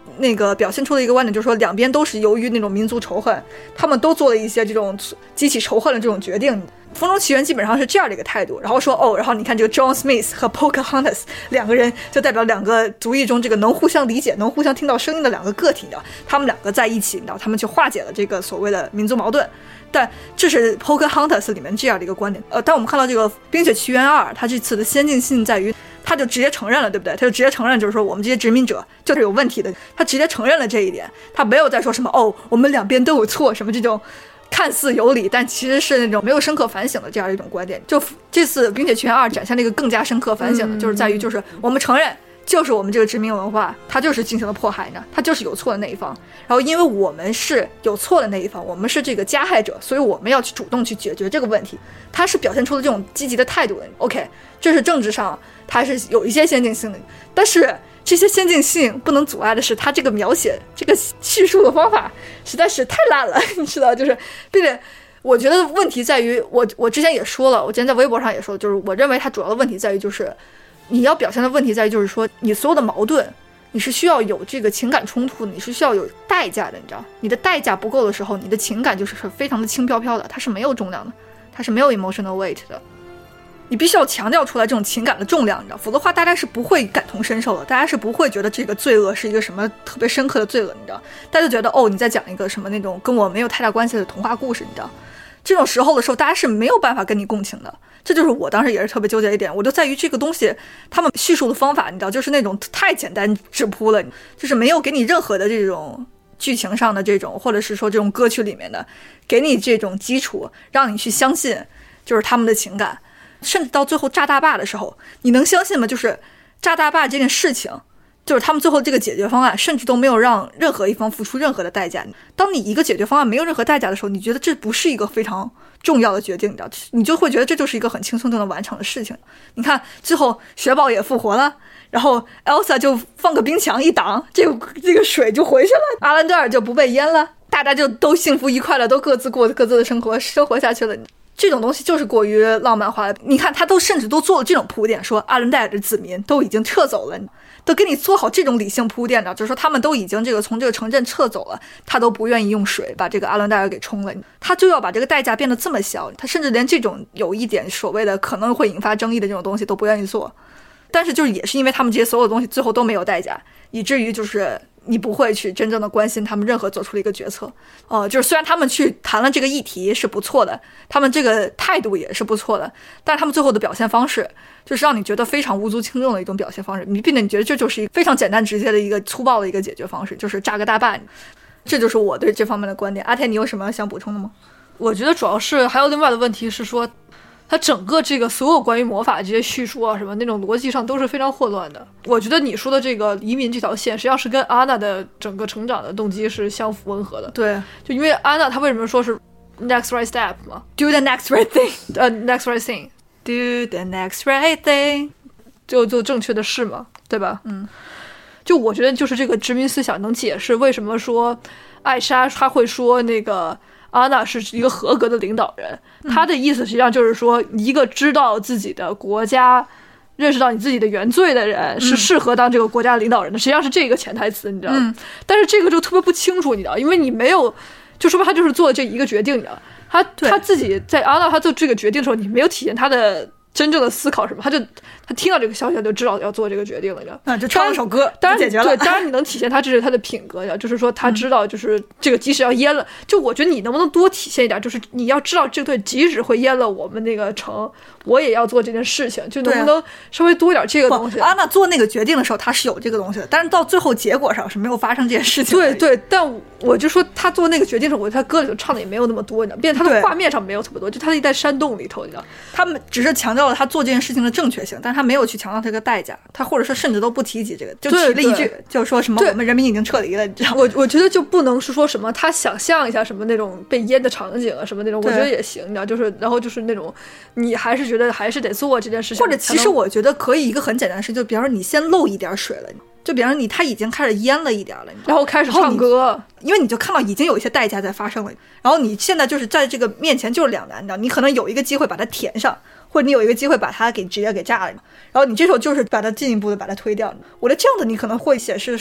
Speaker 3: 那个表现出了一个观点，就是说两边都是由于那种民族仇恨，他们都做了一些这种激起仇恨的这种决定。风中奇缘基本上是这样的一个态度，然后说哦，然后你看这个 John Smith 和 Pocahontas 两个人就代表两个族裔中这个能互相理解、能互相听到声音的两个个体，你知道，他们两个在一起，你知道，他们就化解了这个所谓的民族矛盾。但这是 Pocahontas 里面这样的一个观点。呃，但我们看到这个《冰雪奇缘二》，它这次的先进性在于，他就直接承认了，对不对？他就直接承认，就是说我们这些殖民者就是有问题的，他直接承认了这一点，他没有再说什么哦，我们两边都有错，什么这种看似有理，但其实是那种没有深刻反省的这样一种观点。就这次《冰雪奇缘二》展现了一个更加深刻反省的，就是在于就是我们承认，就是我们这个殖民文化，它就是进行了迫害呢，它就是有错的那一方。然后因为我们是有错的那一方，我们是这个加害者，所以我们要去主动去解决这个问题。它是表现出了这种积极的态度的。OK， 这是政治上它是有一些先进性的，但是这些先进性不能阻碍的是，它这个描写这个叙述的方法实在是太烂了，你知道，就是并且我觉得问题在于，我我之前也说了，我之前在微博上也说，就是我认为它主要的问题在于，就是你要表现的问题在于，就是说你所有的矛盾，你是需要有这个情感冲突的，你是需要有代价的，你知道，你的代价不够的时候，你的情感就是非常的轻飘飘的，它是没有重量的，它是没有 emotional weight 的。你必须要强调出来这种情感的重量，你知道，否则的话大家是不会感同身受的，大家是不会觉得这个罪恶是一个什么特别深刻的罪恶，你知道，大家就觉得哦，你在讲一个什么那种跟我没有太大关系的童话故事，你知道，这种时候的时候大家是没有办法跟你共情的。这就是我当时也是特别纠结一点，我就在于这个东西他们叙述的方法，你知道，就是那种太简单质朴了，就是没有给你任何的这种剧情上的这种，或者是说这种歌曲里面的给你这种基础，让你去相信就是他们的情感。甚至到最后炸大坝的时候，你能相信吗？就是炸大坝这件事情，就是他们最后这个解决方案甚至都没有让任何一方付出任何的代价。当你一个解决方案没有任何代价的时候，你觉得这不是一个非常重要的决定，你知道，你就会觉得这就是一个很轻松就能完成的事情。你看最后雪宝也复活了，然后 Elsa 就放个冰墙一挡，这个这个水就回去了，阿兰德尔就不被淹了，大家就都幸福愉快了，都各自过各自的生活生活下去了。这种东西就是过于浪漫化了。你看他都甚至都做了这种铺垫，说阿伦戴尔的子民都已经撤走了，都给你做好这种理性铺垫的，就是说他们都已经这个从这个城镇撤走了，他都不愿意用水把这个阿伦戴尔给冲了，他就要把这个代价变得这么小，他甚至连这种有一点所谓的可能会引发争议的这种东西都不愿意做。但是就是也是因为他们这些所有东西最后都没有代价，以至于就是你不会去真正的关心他们任何做出的一个决策。呃，就是虽然他们去谈了这个议题是不错的，他们这个态度也是不错的，但是他们最后的表现方式就是让你觉得非常无足轻重的一种表现方式，你并且你觉得这就是一个非常简单直接的一个粗暴的一个解决方式，就是炸个大坝。这就是我对这方面的观点。阿泰，你有什么想补充的吗？
Speaker 2: 我觉得主要是还有另外的问题是说，它整个这个所有关于魔法这些叙述啊什么那种逻辑上都是非常混乱的。我觉得你说的这个移民这条线实际上是跟安娜的整个成长的动机是相符吻合的。
Speaker 3: 对，
Speaker 2: 就因为安娜她为什么说是 next right step 嘛
Speaker 3: ，do the next right thing，
Speaker 2: 呃、uh, next right thing，do
Speaker 3: the next right thing，
Speaker 2: 就做正确的事嘛，对吧？
Speaker 3: 嗯，
Speaker 2: 就我觉得就是这个殖民思想能解释为什么说艾莎她会说那个安娜是一个合格的领导人，她的意思实际上就是说，一个知道自己的国家、认识到你自己的原罪的人是适合当这个国家领导人的，实际上是这个潜台词，你知道吗？
Speaker 3: 嗯、
Speaker 2: 但是这个就特别不清楚，你知道，因为你没有，就说明他就是做了这一个决定，你知道，他他自己在安娜他做这个决定的时候，你没有体现他的真正的思考什么，他就他听到这个消息他就知道要做这个决定了，你知道？
Speaker 3: 啊，就唱了首歌，
Speaker 2: 当然
Speaker 3: 解决了。
Speaker 2: 对，当然你能体现他这是他的品格呀，就是说他知道就是这个即使要淹了，嗯、就我觉得你能不能多体现一点，就是你要知道这对即使会淹了我们那个城，我也要做这件事情，就能不能稍微多一点这个东西？
Speaker 3: 安娜做那个决定的时候，他是有这个东西的，但是到最后结果上是没有发生这件事情。
Speaker 2: 对对，但我就说他做那个决定的时候，我觉得他歌里头唱的也没有那么多，你知道，并且他的画面上没有特别多，就他一在山洞里头，你知道，
Speaker 3: 他们只是强调了他做这件事情的正确性，但是他没有去强调这个代价，他或者说甚至都不提及这个，就提了一句，就说什么我们人民已经撤离了，你知道吗？
Speaker 2: 我我觉得就不能是说什么他想象一下什么那种被淹的场景啊，什么那种，我觉得也行，你知道，就是然后就是那种你还是觉得还是得做这件事情，
Speaker 3: 或者其实我觉得可以一个很简单的事，就比方说你先漏一点水了，就比方说你他已经开始淹了一点了，
Speaker 2: 然后开始唱歌，
Speaker 3: 因为你就看到已经有一些代价在发生了，然后你现在就是在这个面前就是两难，你知道，你可能有一个机会把它填上，或者你有一个机会把它给直接给炸了，然后你这时候就是把它进一步的把它推掉。我觉得这样的你可能会显示的是你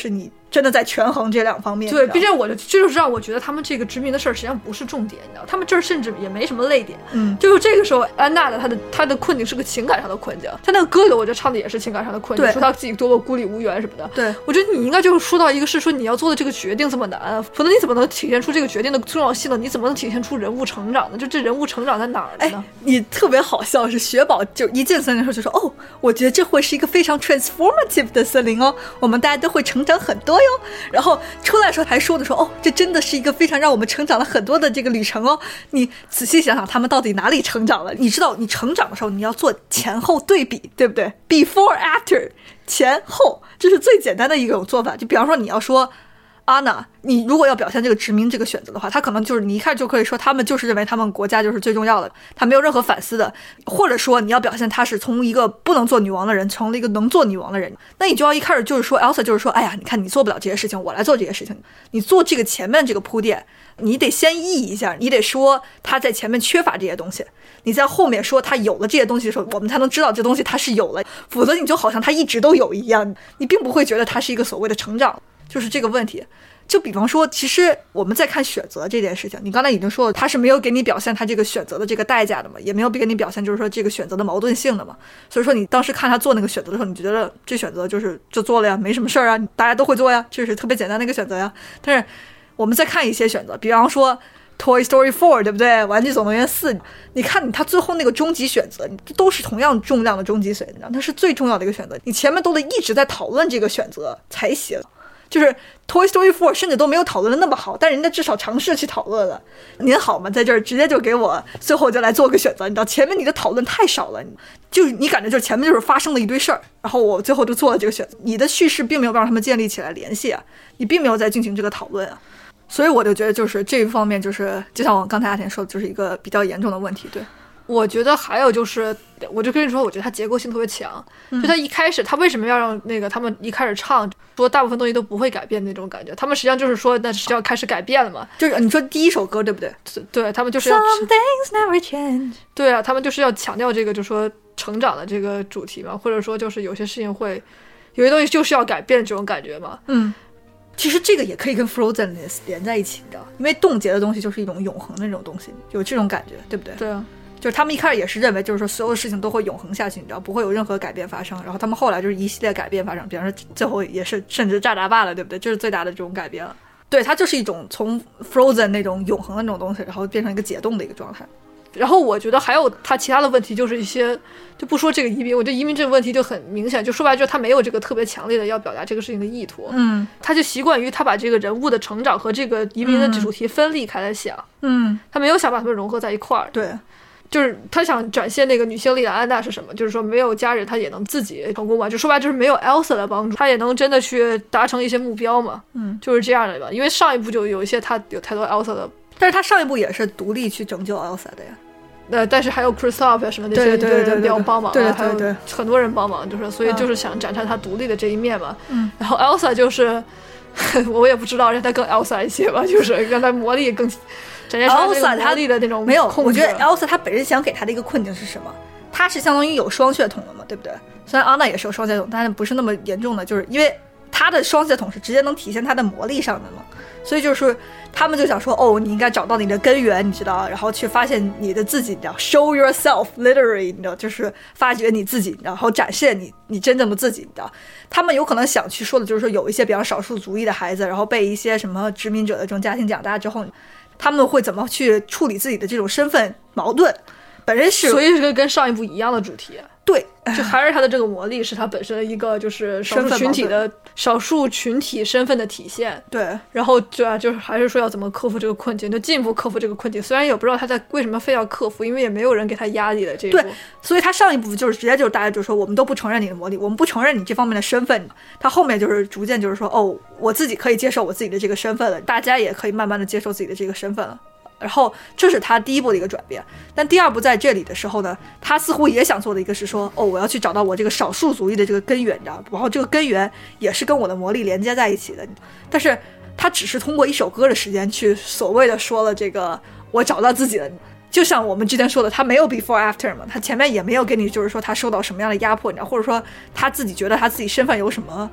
Speaker 3: 真的在权衡这两方面。
Speaker 2: 对，毕竟我就这就是让我觉得他们这个殖民的事儿实际上不是重点，你知道，他们这儿甚至也没什么泪点。
Speaker 3: 嗯，
Speaker 2: 就是这个时候安娜的她的她的困境是个情感上的困境，她那个歌里我觉得唱的也是情感上的困境，说她自己多么孤立无援什么的。
Speaker 3: 对，
Speaker 2: 我觉得你应该就是说到一个是说你要做的这个决定这么难，否则你怎么能体现出这个决定的重要性呢？你怎么能体现出人物成长呢？就这人物成长在哪儿呢？
Speaker 3: 哎，你特别好笑，是雪宝就一进森林的时候就说，哦，我觉得这会是一个非常 transformative 的森林哦，我们大家都会成长很多哟。然后出来的时候还说的说，哦，这真的是一个非常让我们成长了很多的这个旅程哦。你仔细想想，他们到底哪里成长了？你知道，你成长的时候你要做前后对比，对不对 ？Before after， 前后，这是最简单的一种做法。就比方说，你要说安娜，你如果要表现这个殖民这个选择的话，他可能就是你一看就可以说他们就是认为他们国家就是最重要的，他没有任何反思的。或者说你要表现他是从一个不能做女王的人成了一个能做女王的人，那你就要一开始就是说 Elsa 就是说，哎呀，你看你做不了这些事情，我来做这些事情。你做这个前面这个铺垫，你得先意一下，你得说他在前面缺乏这些东西，你在后面说他有了这些东西的时候，我们才能知道这东西他是有了，否则你就好像他一直都有一样，你并不会觉得他是一个所谓的成长，就是这个问题。就比方说，其实我们在看选择这件事情，你刚才已经说了，他是没有给你表现他这个选择的这个代价的嘛，也没有给你表现就是说这个选择的矛盾性的嘛。所以说你当时看他做那个选择的时候，你觉得这选择就是就做了呀，没什么事儿啊，大家都会做呀，这是特别简单的一个选择呀。但是我们再看一些选择，比方说 Toy Story 四， 对不对？玩具总动员四，你看他最后那个终极选择，都是同样重量的终极选择，它是最重要的一个选择，你前面都得一直在讨论这个选择才行。就是 Toy Story 四甚至都没有讨论的那么好，但人家至少尝试去讨论了。您好吗？在这儿直接就给我最后就来做个选择，你知道前面你的讨论太少了，就你感觉就是前面就是发生了一堆事儿，然后我最后就做了这个选择，你的叙事并没有让他们建立起来联系啊，你并没有在进行这个讨论啊。所以我就觉得就是这一方面就是就像我刚才阿田说的，就是一个比较严重的问题。对，
Speaker 2: 我觉得还有就是，我就跟你说，我觉得它结构性特别强。嗯、就他一开始，他为什么要让那个他们一开始唱说大部分东西都不会改变那种感觉？他们实际上就是说，那是要开始改变了嘛。
Speaker 3: 就是你说第一首歌对不对？
Speaker 2: 对，他们就是要
Speaker 3: Some things never change。
Speaker 2: 对啊，他们就是要强调这个，就说成长的这个主题嘛，或者说就是有些事情会，有些东西就是要改变这种感觉嘛。
Speaker 3: 嗯。其实这个也可以跟 Frozenness 连在一起，你知道，因为冻结的东西就是一种永恒的那种东西，有这种感觉，对不对？
Speaker 2: 对啊，
Speaker 3: 就是他们一开始也是认为，就是说所有事情都会永恒下去，你知道，不会有任何改变发生。然后他们后来就是一系列改变发生，比方说最后也是甚至炸炸罢了，对不对？这是最大的这种改变了。对，它就是一种从 Frozen 那种永恒的那种东西，然后变成一个解冻的一个状态。
Speaker 2: 然后我觉得还有他其他的问题，就是一些就不说这个移民，我觉得移民这个问题就很明显，就说白了就是他没有这个特别强烈的要表达这个事情的意图，
Speaker 3: 嗯，
Speaker 2: 他就习惯于他把这个人物的成长和这个移民的主题分离开来想，
Speaker 3: 嗯，
Speaker 2: 他没有想把他们融合在一块儿，
Speaker 3: 对，
Speaker 2: 就是他想展现那个女性力量安娜是什么，就是说没有家人她也能自己成功嘛，就说白了就是没有 Elsa 的帮助，她也能真的去达成一些目标嘛，
Speaker 3: 嗯，
Speaker 2: 就是这样的吧，因为上一部就有一些他有太多 Elsa 的，
Speaker 3: 但是他上一部也是独立去拯救 Elsa 的呀。
Speaker 2: 呃，但是还有 Kristoff 什么那些人要帮忙，
Speaker 3: 对对对，
Speaker 2: 还有很多人帮忙，就是所以就是想展现他独立的这一面嘛。
Speaker 3: 嗯，
Speaker 2: 然后 Elsa 就是我也不知道让他更 Elsa 一些吧，就是让他魔力更展现出他这个魔力的那种
Speaker 3: 没有。我觉得 Elsa 他本身想给他的一个困境是什么？他是相当于有双血统的嘛，对不对？虽然安娜也是有双血统，但是不是那么严重的，就是因为他的双血统是直接能体现他的魔力上的嘛。所以就是他们就想说，哦，你应该找到你的根源，你知道，然后去发现你的自己，你知道 ，show yourself literally， 你知道，就是发掘你自己，然后展现你你真正的自己，你知道。他们有可能想去说的就是说，有一些比较少数族裔的孩子，然后被一些什么殖民者的这种家庭长大之后，他们会怎么去处理自己的这种身份矛盾？本身是，
Speaker 2: 所以是跟上一部一样的主题。
Speaker 3: 对，
Speaker 2: 就还是他的这个魔力是他本身的一个就是少数群体的少数群体身份的体现。
Speaker 3: 对，
Speaker 2: 然后就啊，就是还是说要怎么克服这个困境，就进一步克服这个困境。虽然也不知道他在为什么非要克服，因为也没有人给他压力的这一步。
Speaker 3: 对，所以他上一部就是直接就是大家就说我们都不承认你的魔力，我们不承认你这方面的身份。他后面就是逐渐就是说，哦，我自己可以接受我自己的这个身份了，大家也可以慢慢的接受自己的这个身份了。然后这是他第一步的一个转变，但第二步在这里的时候呢，他似乎也想做的一个是说，哦，我要去找到我这个少数族裔的这个根源，你知道，然后这个根源也是跟我的魔力连接在一起的。但是他只是通过一首歌的时间去所谓的说了这个我找到自己了，就像我们之前说的，他没有 before after 嘛，他前面也没有给你就是说他受到什么样的压迫，你知道，或者说他自己觉得他自己身份有什么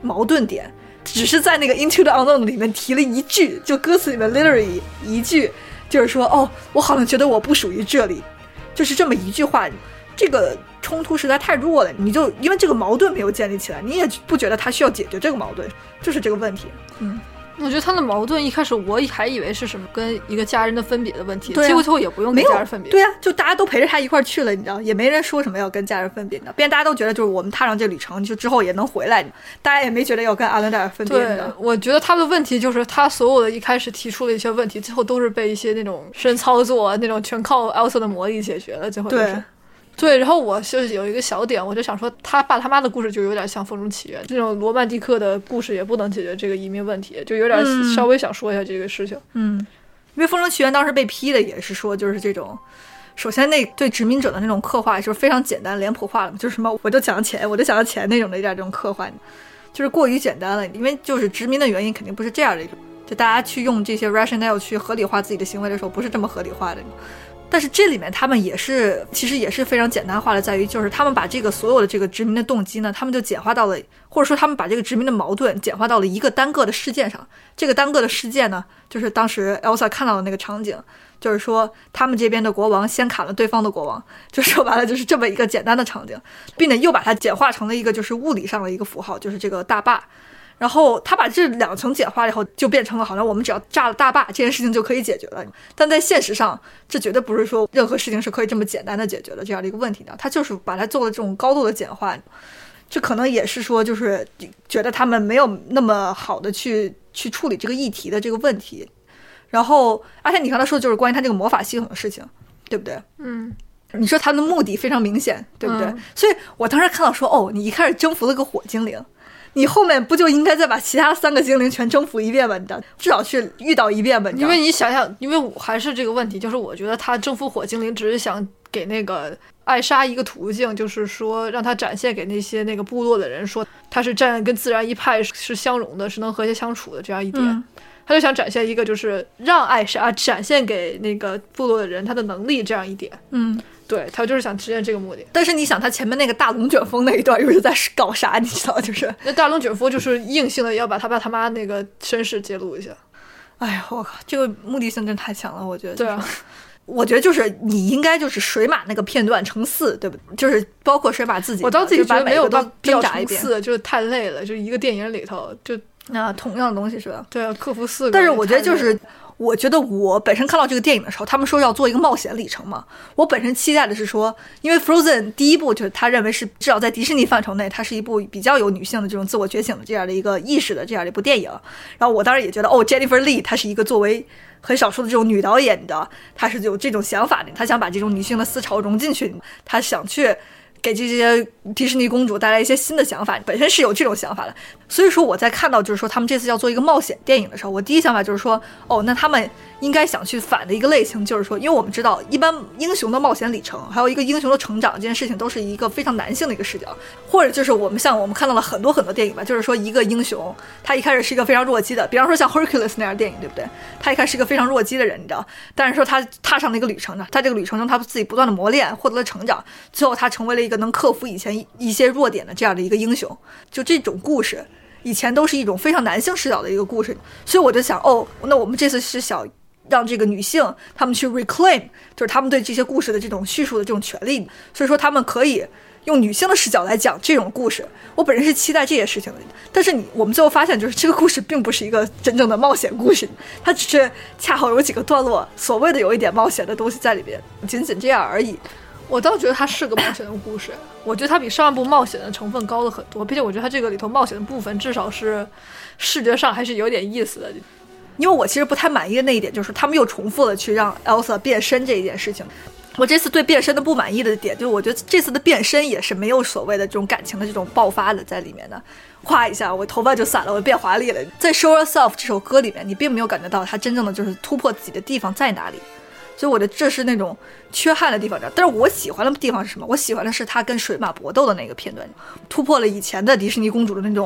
Speaker 3: 矛盾点，只是在那个 Into the Unknown 里面提了一句，就歌词里面 literally 一句，就是说哦，我好像觉得我不属于这里，就是这么一句话，这个冲突实在太弱了，你就因为这个矛盾没有建立起来，你也不觉得他需要解决这个矛盾，就是这个问题。嗯，
Speaker 2: 我觉得他的矛盾一开始我还以为是什么跟一个家人的分别的问题，
Speaker 3: 对啊、
Speaker 2: 结果最后也不用跟家人分别。
Speaker 3: 对啊，就大家都陪着他一块去了，你知道，也没人说什么要跟家人分别，你知道，别人大家都觉得就是我们踏上这旅程，就之后也能回来，大家也没觉得要跟阿伦戴尔分别。
Speaker 2: 对，我觉得他的问题就是他所有的一开始提出的一些问题，最后都是被一些那种神操作，那种全靠 Elsa 的魔力解决了，最后就是。对对，然后我就有一个小点，我就想说他爸他妈的故事就有点像《风中起源》这种罗曼蒂克的故事，也不能解决这个移民问题，就有点稍微想说一下这个事情。
Speaker 3: 嗯，因为《风中起源》当时被批的也是说，就是这种，首先那对殖民者的那种刻画就是非常简单脸谱化了，就是什么我就讲钱，我就讲钱那种的一点这种刻画，就是过于简单了。因为就是殖民的原因肯定不是这样的一种，就大家去用这些 rationale 去合理化自己的行为的时候，不是这么合理化的。但是这里面他们也是其实也是非常简单化的，在于就是他们把这个所有的这个殖民的动机呢，他们就简化到了，或者说他们把这个殖民的矛盾简化到了一个单个的事件上。这个单个的事件呢，就是当时 Elsa 看到的那个场景，就是说他们这边的国王先砍了对方的国王，就说白了就是这么一个简单的场景，并且又把它简化成了一个就是物理上的一个符号，就是这个大坝。然后他把这两层简化以后，就变成了好像我们只要炸了大坝，这件事情就可以解决了。但在现实上，这绝对不是说任何事情是可以这么简单的解决的这样的一个问题的。他就是把它做了这种高度的简化，这可能也是说就是觉得他们没有那么好的去去处理这个议题的这个问题。然后而且你刚才说的就是关于他这个魔法系统的事情，对不对？
Speaker 2: 嗯。
Speaker 3: 你说他的目的非常明显，对不对？嗯、所以我当时看到说，哦，你一开始征服了个火精灵，你后面不就应该再把其他三个精灵全征服一遍吧？你知道，至少去遇到一遍吧？
Speaker 2: 因为你想想，因为我还是这个问题，就是我觉得他征服火精灵只是想给那个艾莎一个途径，就是说让他展现给那些那个部落的人，说他是站跟自然一派是相容的，是能和谐相处的这样一点。嗯，他就想展现一个，就是让艾莎展现给那个部落的人他的能力这样一点。
Speaker 3: 嗯，
Speaker 2: 对，他就是想实现这个目的。
Speaker 3: 但是你想，他前面那个大龙卷风那一段又是在搞啥？你知道，就是
Speaker 2: 那大龙卷风就是硬性的要把他爸他妈那个身世揭露一下。
Speaker 3: 哎呀，我靠，这个目的性真太强了，我觉得、就是。
Speaker 2: 对啊。
Speaker 3: 我觉得就是你应该就是水马那个片段乘四，对不对？就是包括水马自己，
Speaker 2: 我到自己觉得没有到
Speaker 3: 挣扎一遍，
Speaker 2: 四就是太累了，就一个电影里头就
Speaker 3: 啊同样的东西是吧？
Speaker 2: 对啊，克服四个。
Speaker 3: 但是我觉得就是。我觉得我本身看到这个电影的时候，他们说要做一个冒险里程嘛，我本身期待的是说，因为 Frozen 第一部就是他认为是至少在迪士尼范畴内，它是一部比较有女性的这种自我觉醒的这样的一个意识的这样的一部电影。然后我当时也觉得，哦 ，Jennifer Lee 她是一个作为很少数的这种女导演，你知道，她是有这种想法的，她想把这种女性的思潮融进去，她想去给这些迪士尼公主带来一些新的想法，本身是有这种想法的。所以说我在看到就是说他们这次要做一个冒险电影的时候，我第一想法就是说，哦，那他们应该想去反的一个类型就是说，因为我们知道一般英雄的冒险里程还有一个英雄的成长这件事情都是一个非常男性的一个视角，或者就是我们像我们看到了很多很多电影吧，就是说一个英雄他一开始是一个非常弱鸡的，比方说像 Hercules 那样的电影，对不对？他一开始是一个非常弱鸡的人，你知道，但是说他踏上了一个旅程呢，他这个旅程中他自己不断的磨练，获得了成长，最后他成为了一个能克服以前一些弱点的这样的一个英雄。就这种故事以前都是一种非常男性视角的一个故事，所以我就想，哦，那我们这次是想让这个女性她们去 reclaim， 就是她们对这些故事的这种叙述的这种权利，所以说她们可以用女性的视角来讲这种故事。我本人是期待这些事情的，但是你我们最后发现，就是这个故事并不是一个真正的冒险故事，它只是恰好有几个段落所谓的有一点冒险的东西在里边，仅仅这样而已。
Speaker 2: 我倒觉得它是个冒险的故事，我觉得它比上一部冒险的成分高了很多，并且我觉得它这个里头冒险的部分至少是视觉上还是有点意思的。
Speaker 3: 因为我其实不太满意的那一点就是他们又重复了去让 Elsa 变身这一件事情。我这次对变身的不满意的点就是我觉得这次的变身也是没有所谓的这种感情的这种爆发的在里面的，哗一下我头发就散了，我变华丽了。在 Show Yourself 这首歌里面你并没有感觉到他真正的就是突破自己的地方在哪里，所以我觉得这是那种缺憾的地方。但是我喜欢的地方是什么？我喜欢的是他跟水马搏斗的那个片段，突破了以前的迪士尼公主的那种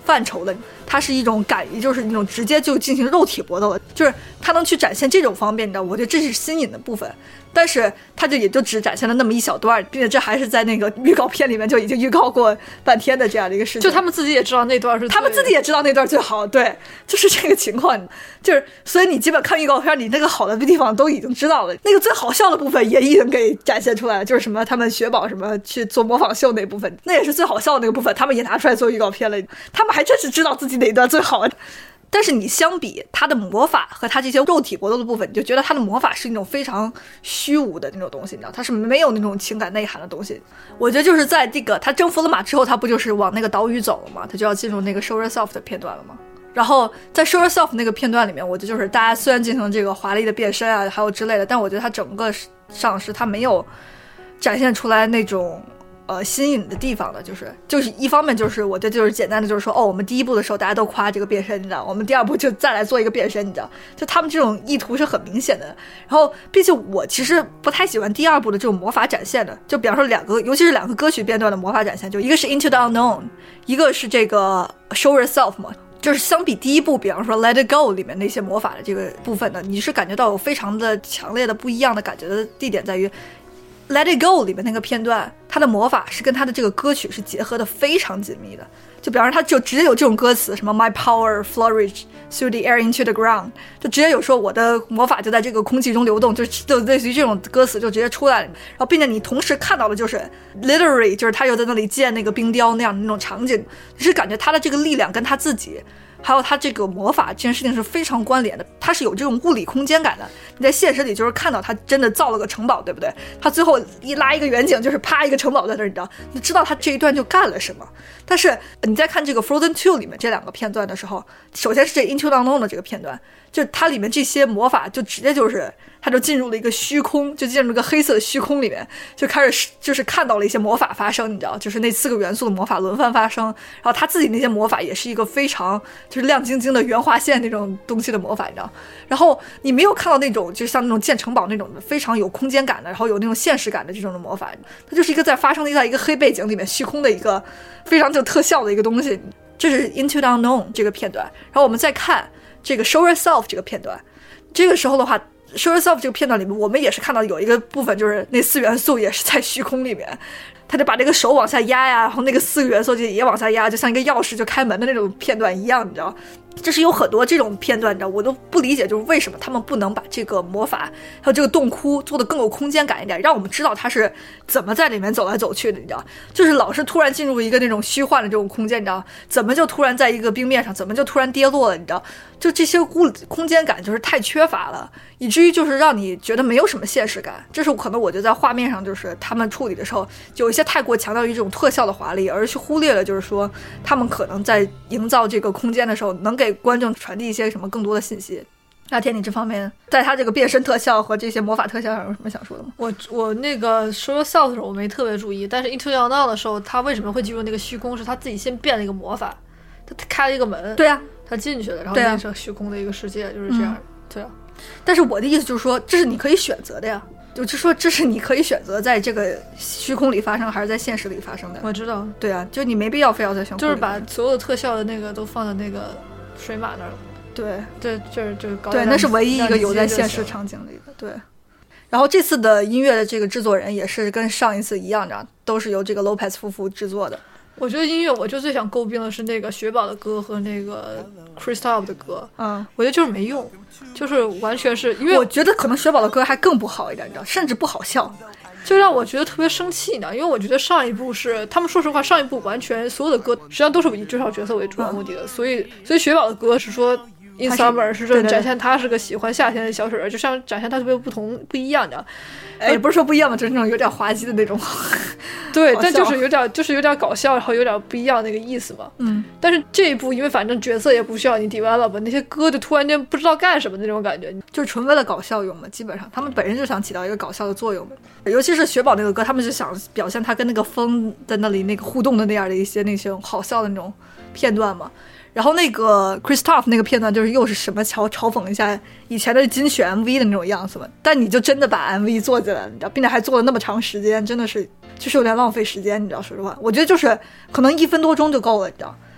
Speaker 3: 范畴的，它是一种敢于就是那种直接就进行肉体搏斗的，就是它能去展现这种方面，你知道，我觉得这是新颖的部分。但是它就也就只展现了那么一小段，并且这还是在那个预告片里面就已经预告过半天的这样的一个事情，
Speaker 2: 就他们自己也知道那段是，
Speaker 3: 他们自己也知道那段最好，对，就是这个情况，就是所以你基本看预告片，你那个好的地方都已经知道了，那个最好笑的部分也已经给展现出来了，就是什么他们雪宝什么去做模仿秀那部分，那也是最好笑的那个部分，他们也拿出来做预告片了，他们还真是知道自己哪一段最好。但是你相比他的魔法和他这些肉体搏斗的部分，你就觉得他的魔法是一种非常虚无的那种东西，你知道，他是没有那种情感内涵的东西。我觉得就是在这个他征服了马之后，他不就是往那个岛屿走了吗？他就要进入那个 Show Yourself 的片段了吗？然后在 Show Yourself 那个片段里面，我觉得就是大家虽然进行这个华丽的变身啊，还有之类的，但我觉得他整个上是他没有展现出来那种呃新颖的地方的，就是就是一方面就是我觉得就是简单的就是说，哦，我们第一部的时候大家都夸这个变身，你知道，我们第二部就再来做一个变身，你知道，就他们这种意图是很明显的。然后并且我其实不太喜欢第二部的这种魔法展现的，就比方说两个，尤其是两个歌曲片段的魔法展现，就一个是 Into the Unknown， 一个是这个 Show Yourself 嘛。就是相比第一部，比方说 Let It Go 里面那些魔法的这个部分呢，你是感觉到有非常的强烈的不一样的感觉的地点在于Let It Go 里面那个片段，它的魔法是跟它的这个歌曲是结合的非常紧密的。就比方说它就直接有这种歌词，什么 My power flourish through the air into the ground， 就直接有说我的魔法就在这个空气中流动，就就类似于这种歌词就直接出来了。然后并且你同时看到的就是 literally 就是他又在那里建那个冰雕那样的那种场景，你是感觉他的这个力量跟他自己还有他这个魔法这件事情是非常关联的，他是有这种物理空间感的。你在现实里就是看到他真的造了个城堡，对不对？他最后一拉一个远景，就是啪一个城堡在那儿，你知道，你知道他这一段就干了什么。但是你在看这个 Frozen 二里面这两个片段的时候，首先是这 Into the Unknown 的这个片段，就它里面这些魔法就直接就是他就进入了一个虚空，就进入了一个黑色的虚空里面，就开始就是看到了一些魔法发生，你知道，就是那四个元素的魔法轮番发生。然后他自己那些魔法也是一个非常就是亮晶晶的原画线那种东西的魔法，你知道。然后你没有看到那种就像那种建城堡那种非常有空间感的，然后有那种现实感的这种的魔法，它就是一个在发生在一个黑背景里面虚空的一个非常就特效的一个东西。这是 Into the Unknown 这个片段。然后我们再看这个 Show Yourself 这个片段，这个时候的话Show Yourself 这个片段里面，我们也是看到有一个部分，就是那四元素也是在虚空里面，他就把这个手往下压呀，然后那个四个元素就也往下压，就像一个钥匙就开门的那种片段一样，你知道。就是有很多这种片段，你知道，我都不理解，就是为什么他们不能把这个魔法还有这个洞窟做得更有空间感一点，让我们知道它是怎么在里面走来走去的，你知道，就是老是突然进入一个那种虚幻的这种空间，你知道，怎么就突然在一个冰面上，怎么就突然跌落了，你知道，就这些物空间感就是太缺乏了，以至于就是让你觉得没有什么现实感。这是可能我觉得在画面上就是他们处理的时候有一些太过强调于这种特效的华丽，而去忽略了就是说他们可能在营造这个空间的时候能给观众传递一些什么更多的信息。那天你这方面在他这个变身特效和这些魔法特效上有什么想说的吗？
Speaker 2: 我我那个 Show Yourself 的时候我没特别注意，但是 Into the Unknown 的时候，他为什么会进入那个虚空？是他自己先变了一个魔法，他开了一个门，
Speaker 3: 对啊，
Speaker 2: 他进去了，然后
Speaker 3: 对啊
Speaker 2: 变成虚空的一个世界，就是这样、嗯、对啊。
Speaker 3: 但是我的意思就是说，这是你可以选择的呀，就是说这是你可以选择在这个虚空里发生还是在现实里发生的。
Speaker 2: 我知道，
Speaker 3: 对啊，就你没必要非要在虚空里，
Speaker 2: 就是把所有的特效的那个都放在那个水马那儿了。
Speaker 3: 对
Speaker 2: 对，就是这个高，
Speaker 3: 对，那是唯一一个有在现实场景里的。对，然后这次的音乐的这个制作人也是跟上一次一样的，都是由这个 Lopez 夫妇制作的。
Speaker 2: 我觉得音乐我就最想诟病的是那个雪宝的歌和那个 Kristoff 的歌，
Speaker 3: 嗯，
Speaker 2: 我觉得就是没用，就是完全是因为
Speaker 3: 我觉得可能雪宝的歌还更不好一点，你知道，甚至不好笑，
Speaker 2: 就让我觉得特别生气呢。因为我觉得上一部是他们说实话，上一部完全所有的歌实际上都是以介绍角色为主要目的的，嗯、所以所以雪宝的歌是说。In Summer 是这展现他是个喜欢夏天的小水人，就像展现他特别不同不一样的。
Speaker 3: 哎，不是说不一样嘛，就是那种有点滑稽的那种。
Speaker 2: 对，但就是有点就是有点搞笑，然后有点不一样那个意思嘛。
Speaker 3: 嗯。
Speaker 2: 但是这一部，因为反正角色也不需要你 develop， 那些歌就突然间不知道干什么那种感觉，
Speaker 3: 就是纯为了搞笑用的。基本上他们本身就想起到一个搞笑的作用的。尤其是雪宝那个歌，他们就想表现他跟那个风在那里那个互动的那样的一些那些好笑的那种片段嘛。然后那个 Kristoff 那个片段就是又是什么嘲嘲讽一下以前的金曲 M V 的那种样子嘛，但你就真的把 M V 做进来了，你知道，并且还做了那么长时间，真的是就是有点浪费时间，你知道，说实话，我觉得就是可能一分多钟就够了，你知道，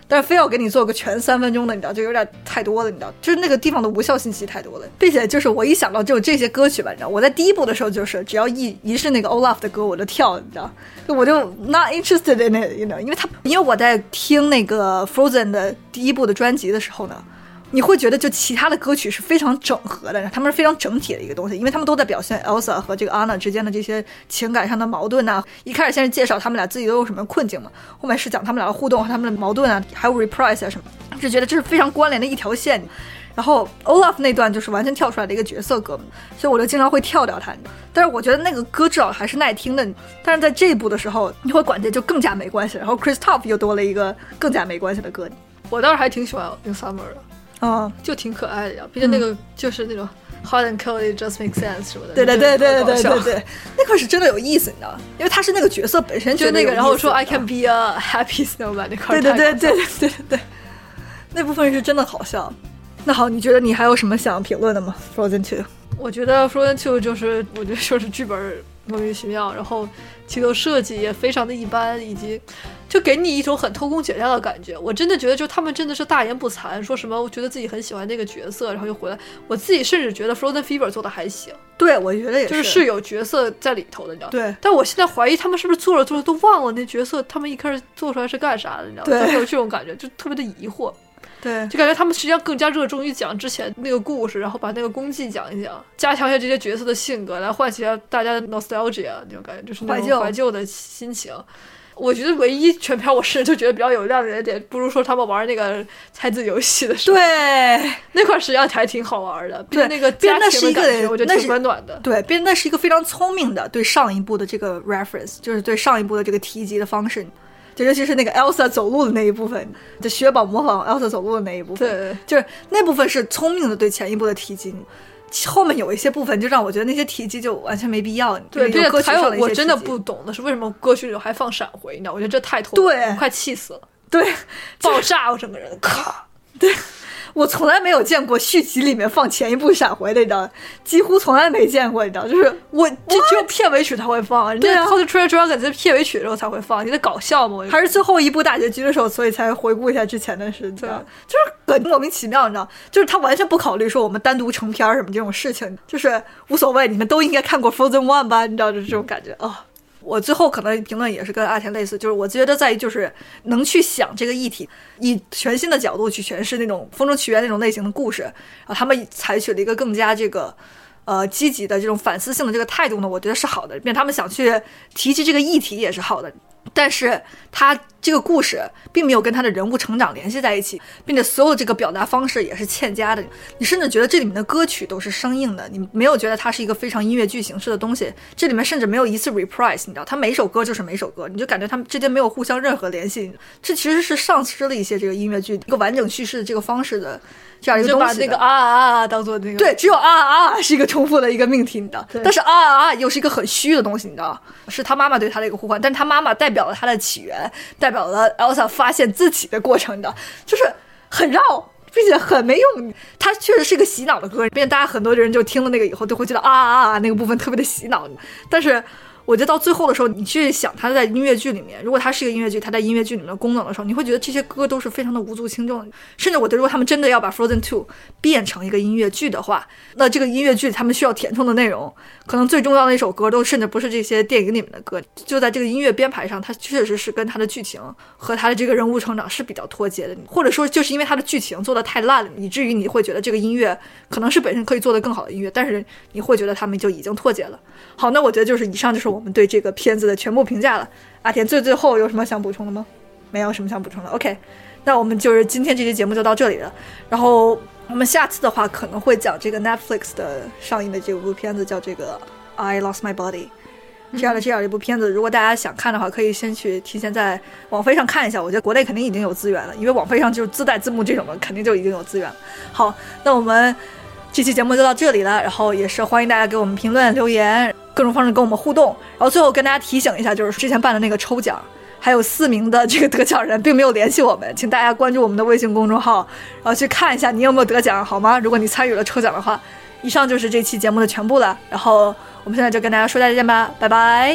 Speaker 3: 但是非要给你做个全三分钟的，你知道就有点太多了，你知道就是那个地方的无效信息太多了，并且就是我一想到就这些歌曲吧，你知道我在第一部的时候就是只要一一是那个 Olaf 的歌我就跳，你知道我就 not interested in it you know 因为他因为我在听那个 Frozen 的第一部的专辑的时候呢，你会觉得就其他的歌曲是非常整合的，他们是非常整体的一个东西，因为他们都在表现 Elsa 和这个 Anna 之间的这些情感上的矛盾啊。一开始先是介绍他们俩自己都有什么困境嘛，后面是讲他们俩的互动和他们的矛盾啊，还有 reprise 啊什么，就觉得这是非常关联的一条线。然后 Olaf 那段就是完全跳出来的一个角色歌，所以我就经常会跳掉它。但是我觉得那个歌至少还是耐听的，但是在这一部的时候你会感觉就更加没关系，然后 Kristoff 又多了一个更加没关系的歌。
Speaker 2: 我倒是还挺喜欢 In Summer 的，
Speaker 3: 哦，
Speaker 2: 就挺可爱的呀，毕竟那个就是那种 hot and cold it just makes sense 什么的。
Speaker 3: 对对对对对对对，那块是真的有意思，你知道吗？因为他是那个角色本身
Speaker 2: 就那个，然后说 I can be a happy snowman 那块，
Speaker 3: 对对对对对对对对，那部分是真的好笑。那好，你觉得你还有什么想评论的吗 ？Frozen two，
Speaker 2: 我觉得 Frozen two 就是我觉得就是剧本莫名其妙，然后镜头设计也非常的一般，以及就给你一种很偷工减料的感觉。我真的觉得就他们真的是大言不惭，说什么我觉得自己很喜欢那个角色，然后又回来。我自己甚至觉得 Frozen Fever 做的还行，
Speaker 3: 对我觉得也是，
Speaker 2: 就是是有角色在里头的，你知道。
Speaker 3: 对。
Speaker 2: 但我现在怀疑他们是不是做着做着都忘了那角色，他们一开始做出来是干啥的，你知道吗？就有这种感觉，就特别的疑惑。
Speaker 3: 对，
Speaker 2: 就感觉他们实际上更加热衷于讲之前那个故事，然后把那个功绩讲一讲，加强一下这些角色的性格，来唤起大家的 nostalgia 那种感觉，就是那种怀旧的心情。我觉得唯一全片我甚至就觉得比较有亮点的点，不如说他们玩那个猜字游戏的时候，
Speaker 3: 对，
Speaker 2: 那块实际上还挺好玩的，
Speaker 3: 对，
Speaker 2: 那个家庭的感觉我觉得挺温暖的。
Speaker 3: 对，变那是一个非常聪明的对上一部的这个 reference， 就是对上一部的这个提及的方式。就尤其是那个 Elsa 走路的那一部分，就雪宝模仿 Elsa 走路的那一部分，
Speaker 2: 对，
Speaker 3: 就是那部分是聪明的对前一部的提及。后面有一些部分就让我觉得那些提及就完全没必要。
Speaker 2: 对，
Speaker 3: 并且
Speaker 2: 还有我真的不懂的是为什么歌曲里还放闪回，你知道？我觉得这太偷，
Speaker 3: 对，
Speaker 2: 快气死了。
Speaker 3: 对，
Speaker 2: 爆炸我整个人，咔，
Speaker 3: 对。我从来没有见过续集里面放前一部闪回的，你知道，几乎从来没见过，你知道，就是我
Speaker 2: 这只有片尾曲才会放，人家 How to Train a Dragon 在片尾曲的时候才会放，你在搞笑吗？
Speaker 3: 还是最后一部大结局的时候，所以才回顾一下之前的事，对，就是很莫名其妙，你知道，就是他完全不考虑说我们单独成片什么这种事情，就是无所谓，你们都应该看过 Frozen One 吧，你知道，就是这种感觉啊。哦，我最后可能评论也是跟阿田类似，就是我觉得在于就是能去想这个议题，以全新的角度去诠释那种风中奇缘那种类型的故事，然后他们采取了一个更加这个呃积极的这种反思性的这个态度呢，我觉得是好的，并且他们想去提及这个议题也是好的。但是他这个故事并没有跟他的人物成长联系在一起，并且所有这个表达方式也是欠佳的。你甚至觉得这里面的歌曲都是生硬的，你没有觉得它是一个非常音乐剧形式的东西。这里面甚至没有一次 reprise， 你知道，它每首歌就是每首歌，你就感觉他们之间没有互相任何联系。这其实是丧失了一些这个音乐剧一个完整叙事这个方式的这样一个东西，
Speaker 2: 就把那个啊啊啊当做那个，
Speaker 3: 对，只有啊啊啊是一个重复的一个命题，你知道，但是啊啊啊又是一个很虚的东西，你知道，是他妈妈对他的一个呼唤，但他妈妈代表了他的起源，代表了 Elsa 发现自己的过程，你知道，就是很绕，并且很没用。它确实是一个洗脑的歌，并且大家很多人就听了那个以后都会觉得啊啊啊那个部分特别的洗脑，但是我觉得到最后的时候，你去想它在音乐剧里面，如果它是一个音乐剧，它在音乐剧里面的功能的时候，你会觉得这些歌都是非常的无足轻重的。甚至我觉得如果他们真的要把 Frozen two 变成一个音乐剧的话，那这个音乐剧他们需要填充的内容，可能最重要的一首歌都甚至不是这些电影里面的歌，就在这个音乐编排上，它确实是跟它的剧情和它的这个人物成长是比较脱节的，或者说就是因为它的剧情做得太烂了，以至于你会觉得这个音乐可能是本身可以做得更好的音乐，但是你会觉得他们就已经脱节了。好，那我觉得就是以上就是我们对这个片子的全部评价了。阿田最最后有什么想补充的吗？没有什么想补充的。 OK， 那我们就是今天这期节目就到这里了，然后我们下次的话可能会讲这个 Netflix 的上映的这部片子，叫这个 I Lost My Body， 这样的这样的一部片子，如果大家想看的话可以先去提前在网飞上看一下，我觉得国内肯定已经有资源了，因为网飞上就是自带字幕这种的肯定就已经有资源了。好，那我们这期节目就到这里了，然后也是欢迎大家给我们评论留言，各种方式跟我们互动。然后最后跟大家提醒一下，就是之前办的那个抽奖还有四名的这个得奖人并没有联系我们，请大家关注我们的微信公众号，然后去看一下你有没有得奖，好吗？如果你参与了抽奖的话。以上就是这期节目的全部了，然后我们现在就跟大家说再见吧，拜拜。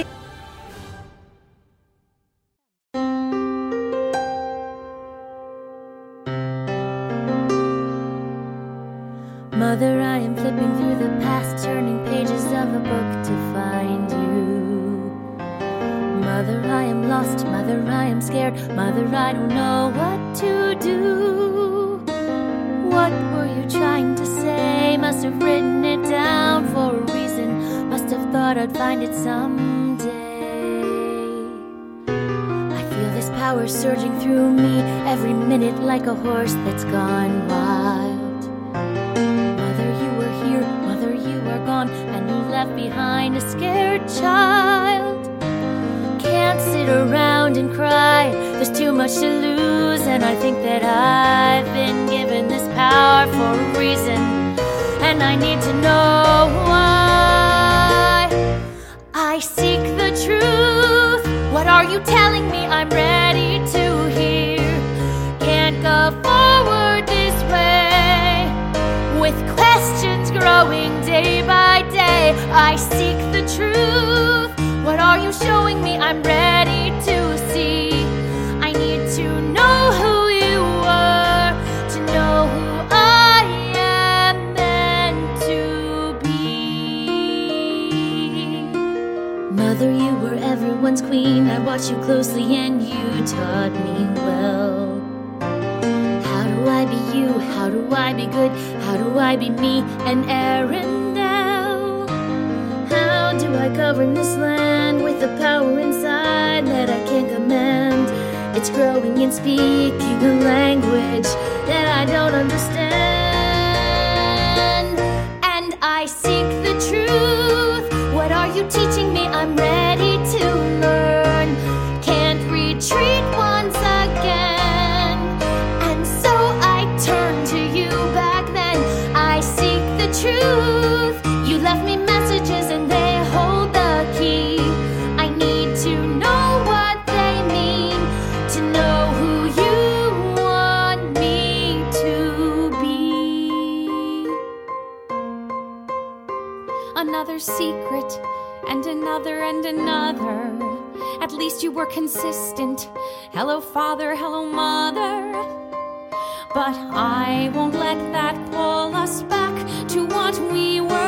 Speaker 4: Mother, I am flipping through the past, turning pages of a book to find you. Mother, I am lost. Mother, I am scared. Mother, I don't know what to do. What were you trying to say? Must have written it down for a reason. Must have thought I'd find it someday. I feel this power surging through me every minute like a horse that's gone wild. Mother, you were here. Mother, you are gone, and you left behind a scared child. Can't sit around and cry. There's too much to lose, and I think that I've been given this power for a reason, and I need to know why. I seek the truth. What are you telling me? I'm ready to hear. Can't go forward this way with questions growing day by day. I seek the truth. What are you showing me? I'm ready to see. I need to know who you are, to know who I am meant to be. Mother, you were everyone's queen. I watched you closely and you taught me well. How do I be you? How do I be good? How do I be me and Arendelle? How do I govern this land with the power inside that I can't command? It's growing and speaking a language that I don't understand. And I seek the truth. What are you teaching me? I'm ready to learn. Can't retreat once again. And so I turn to you back then. I seek the truth. You left me messages and they hold the key. I need to know what they mean, to know who you want me to be.
Speaker 5: Another secret, and another and another. At least you were consistent. Hello, father, hello, mother. But I won't let that pull us back to what we were.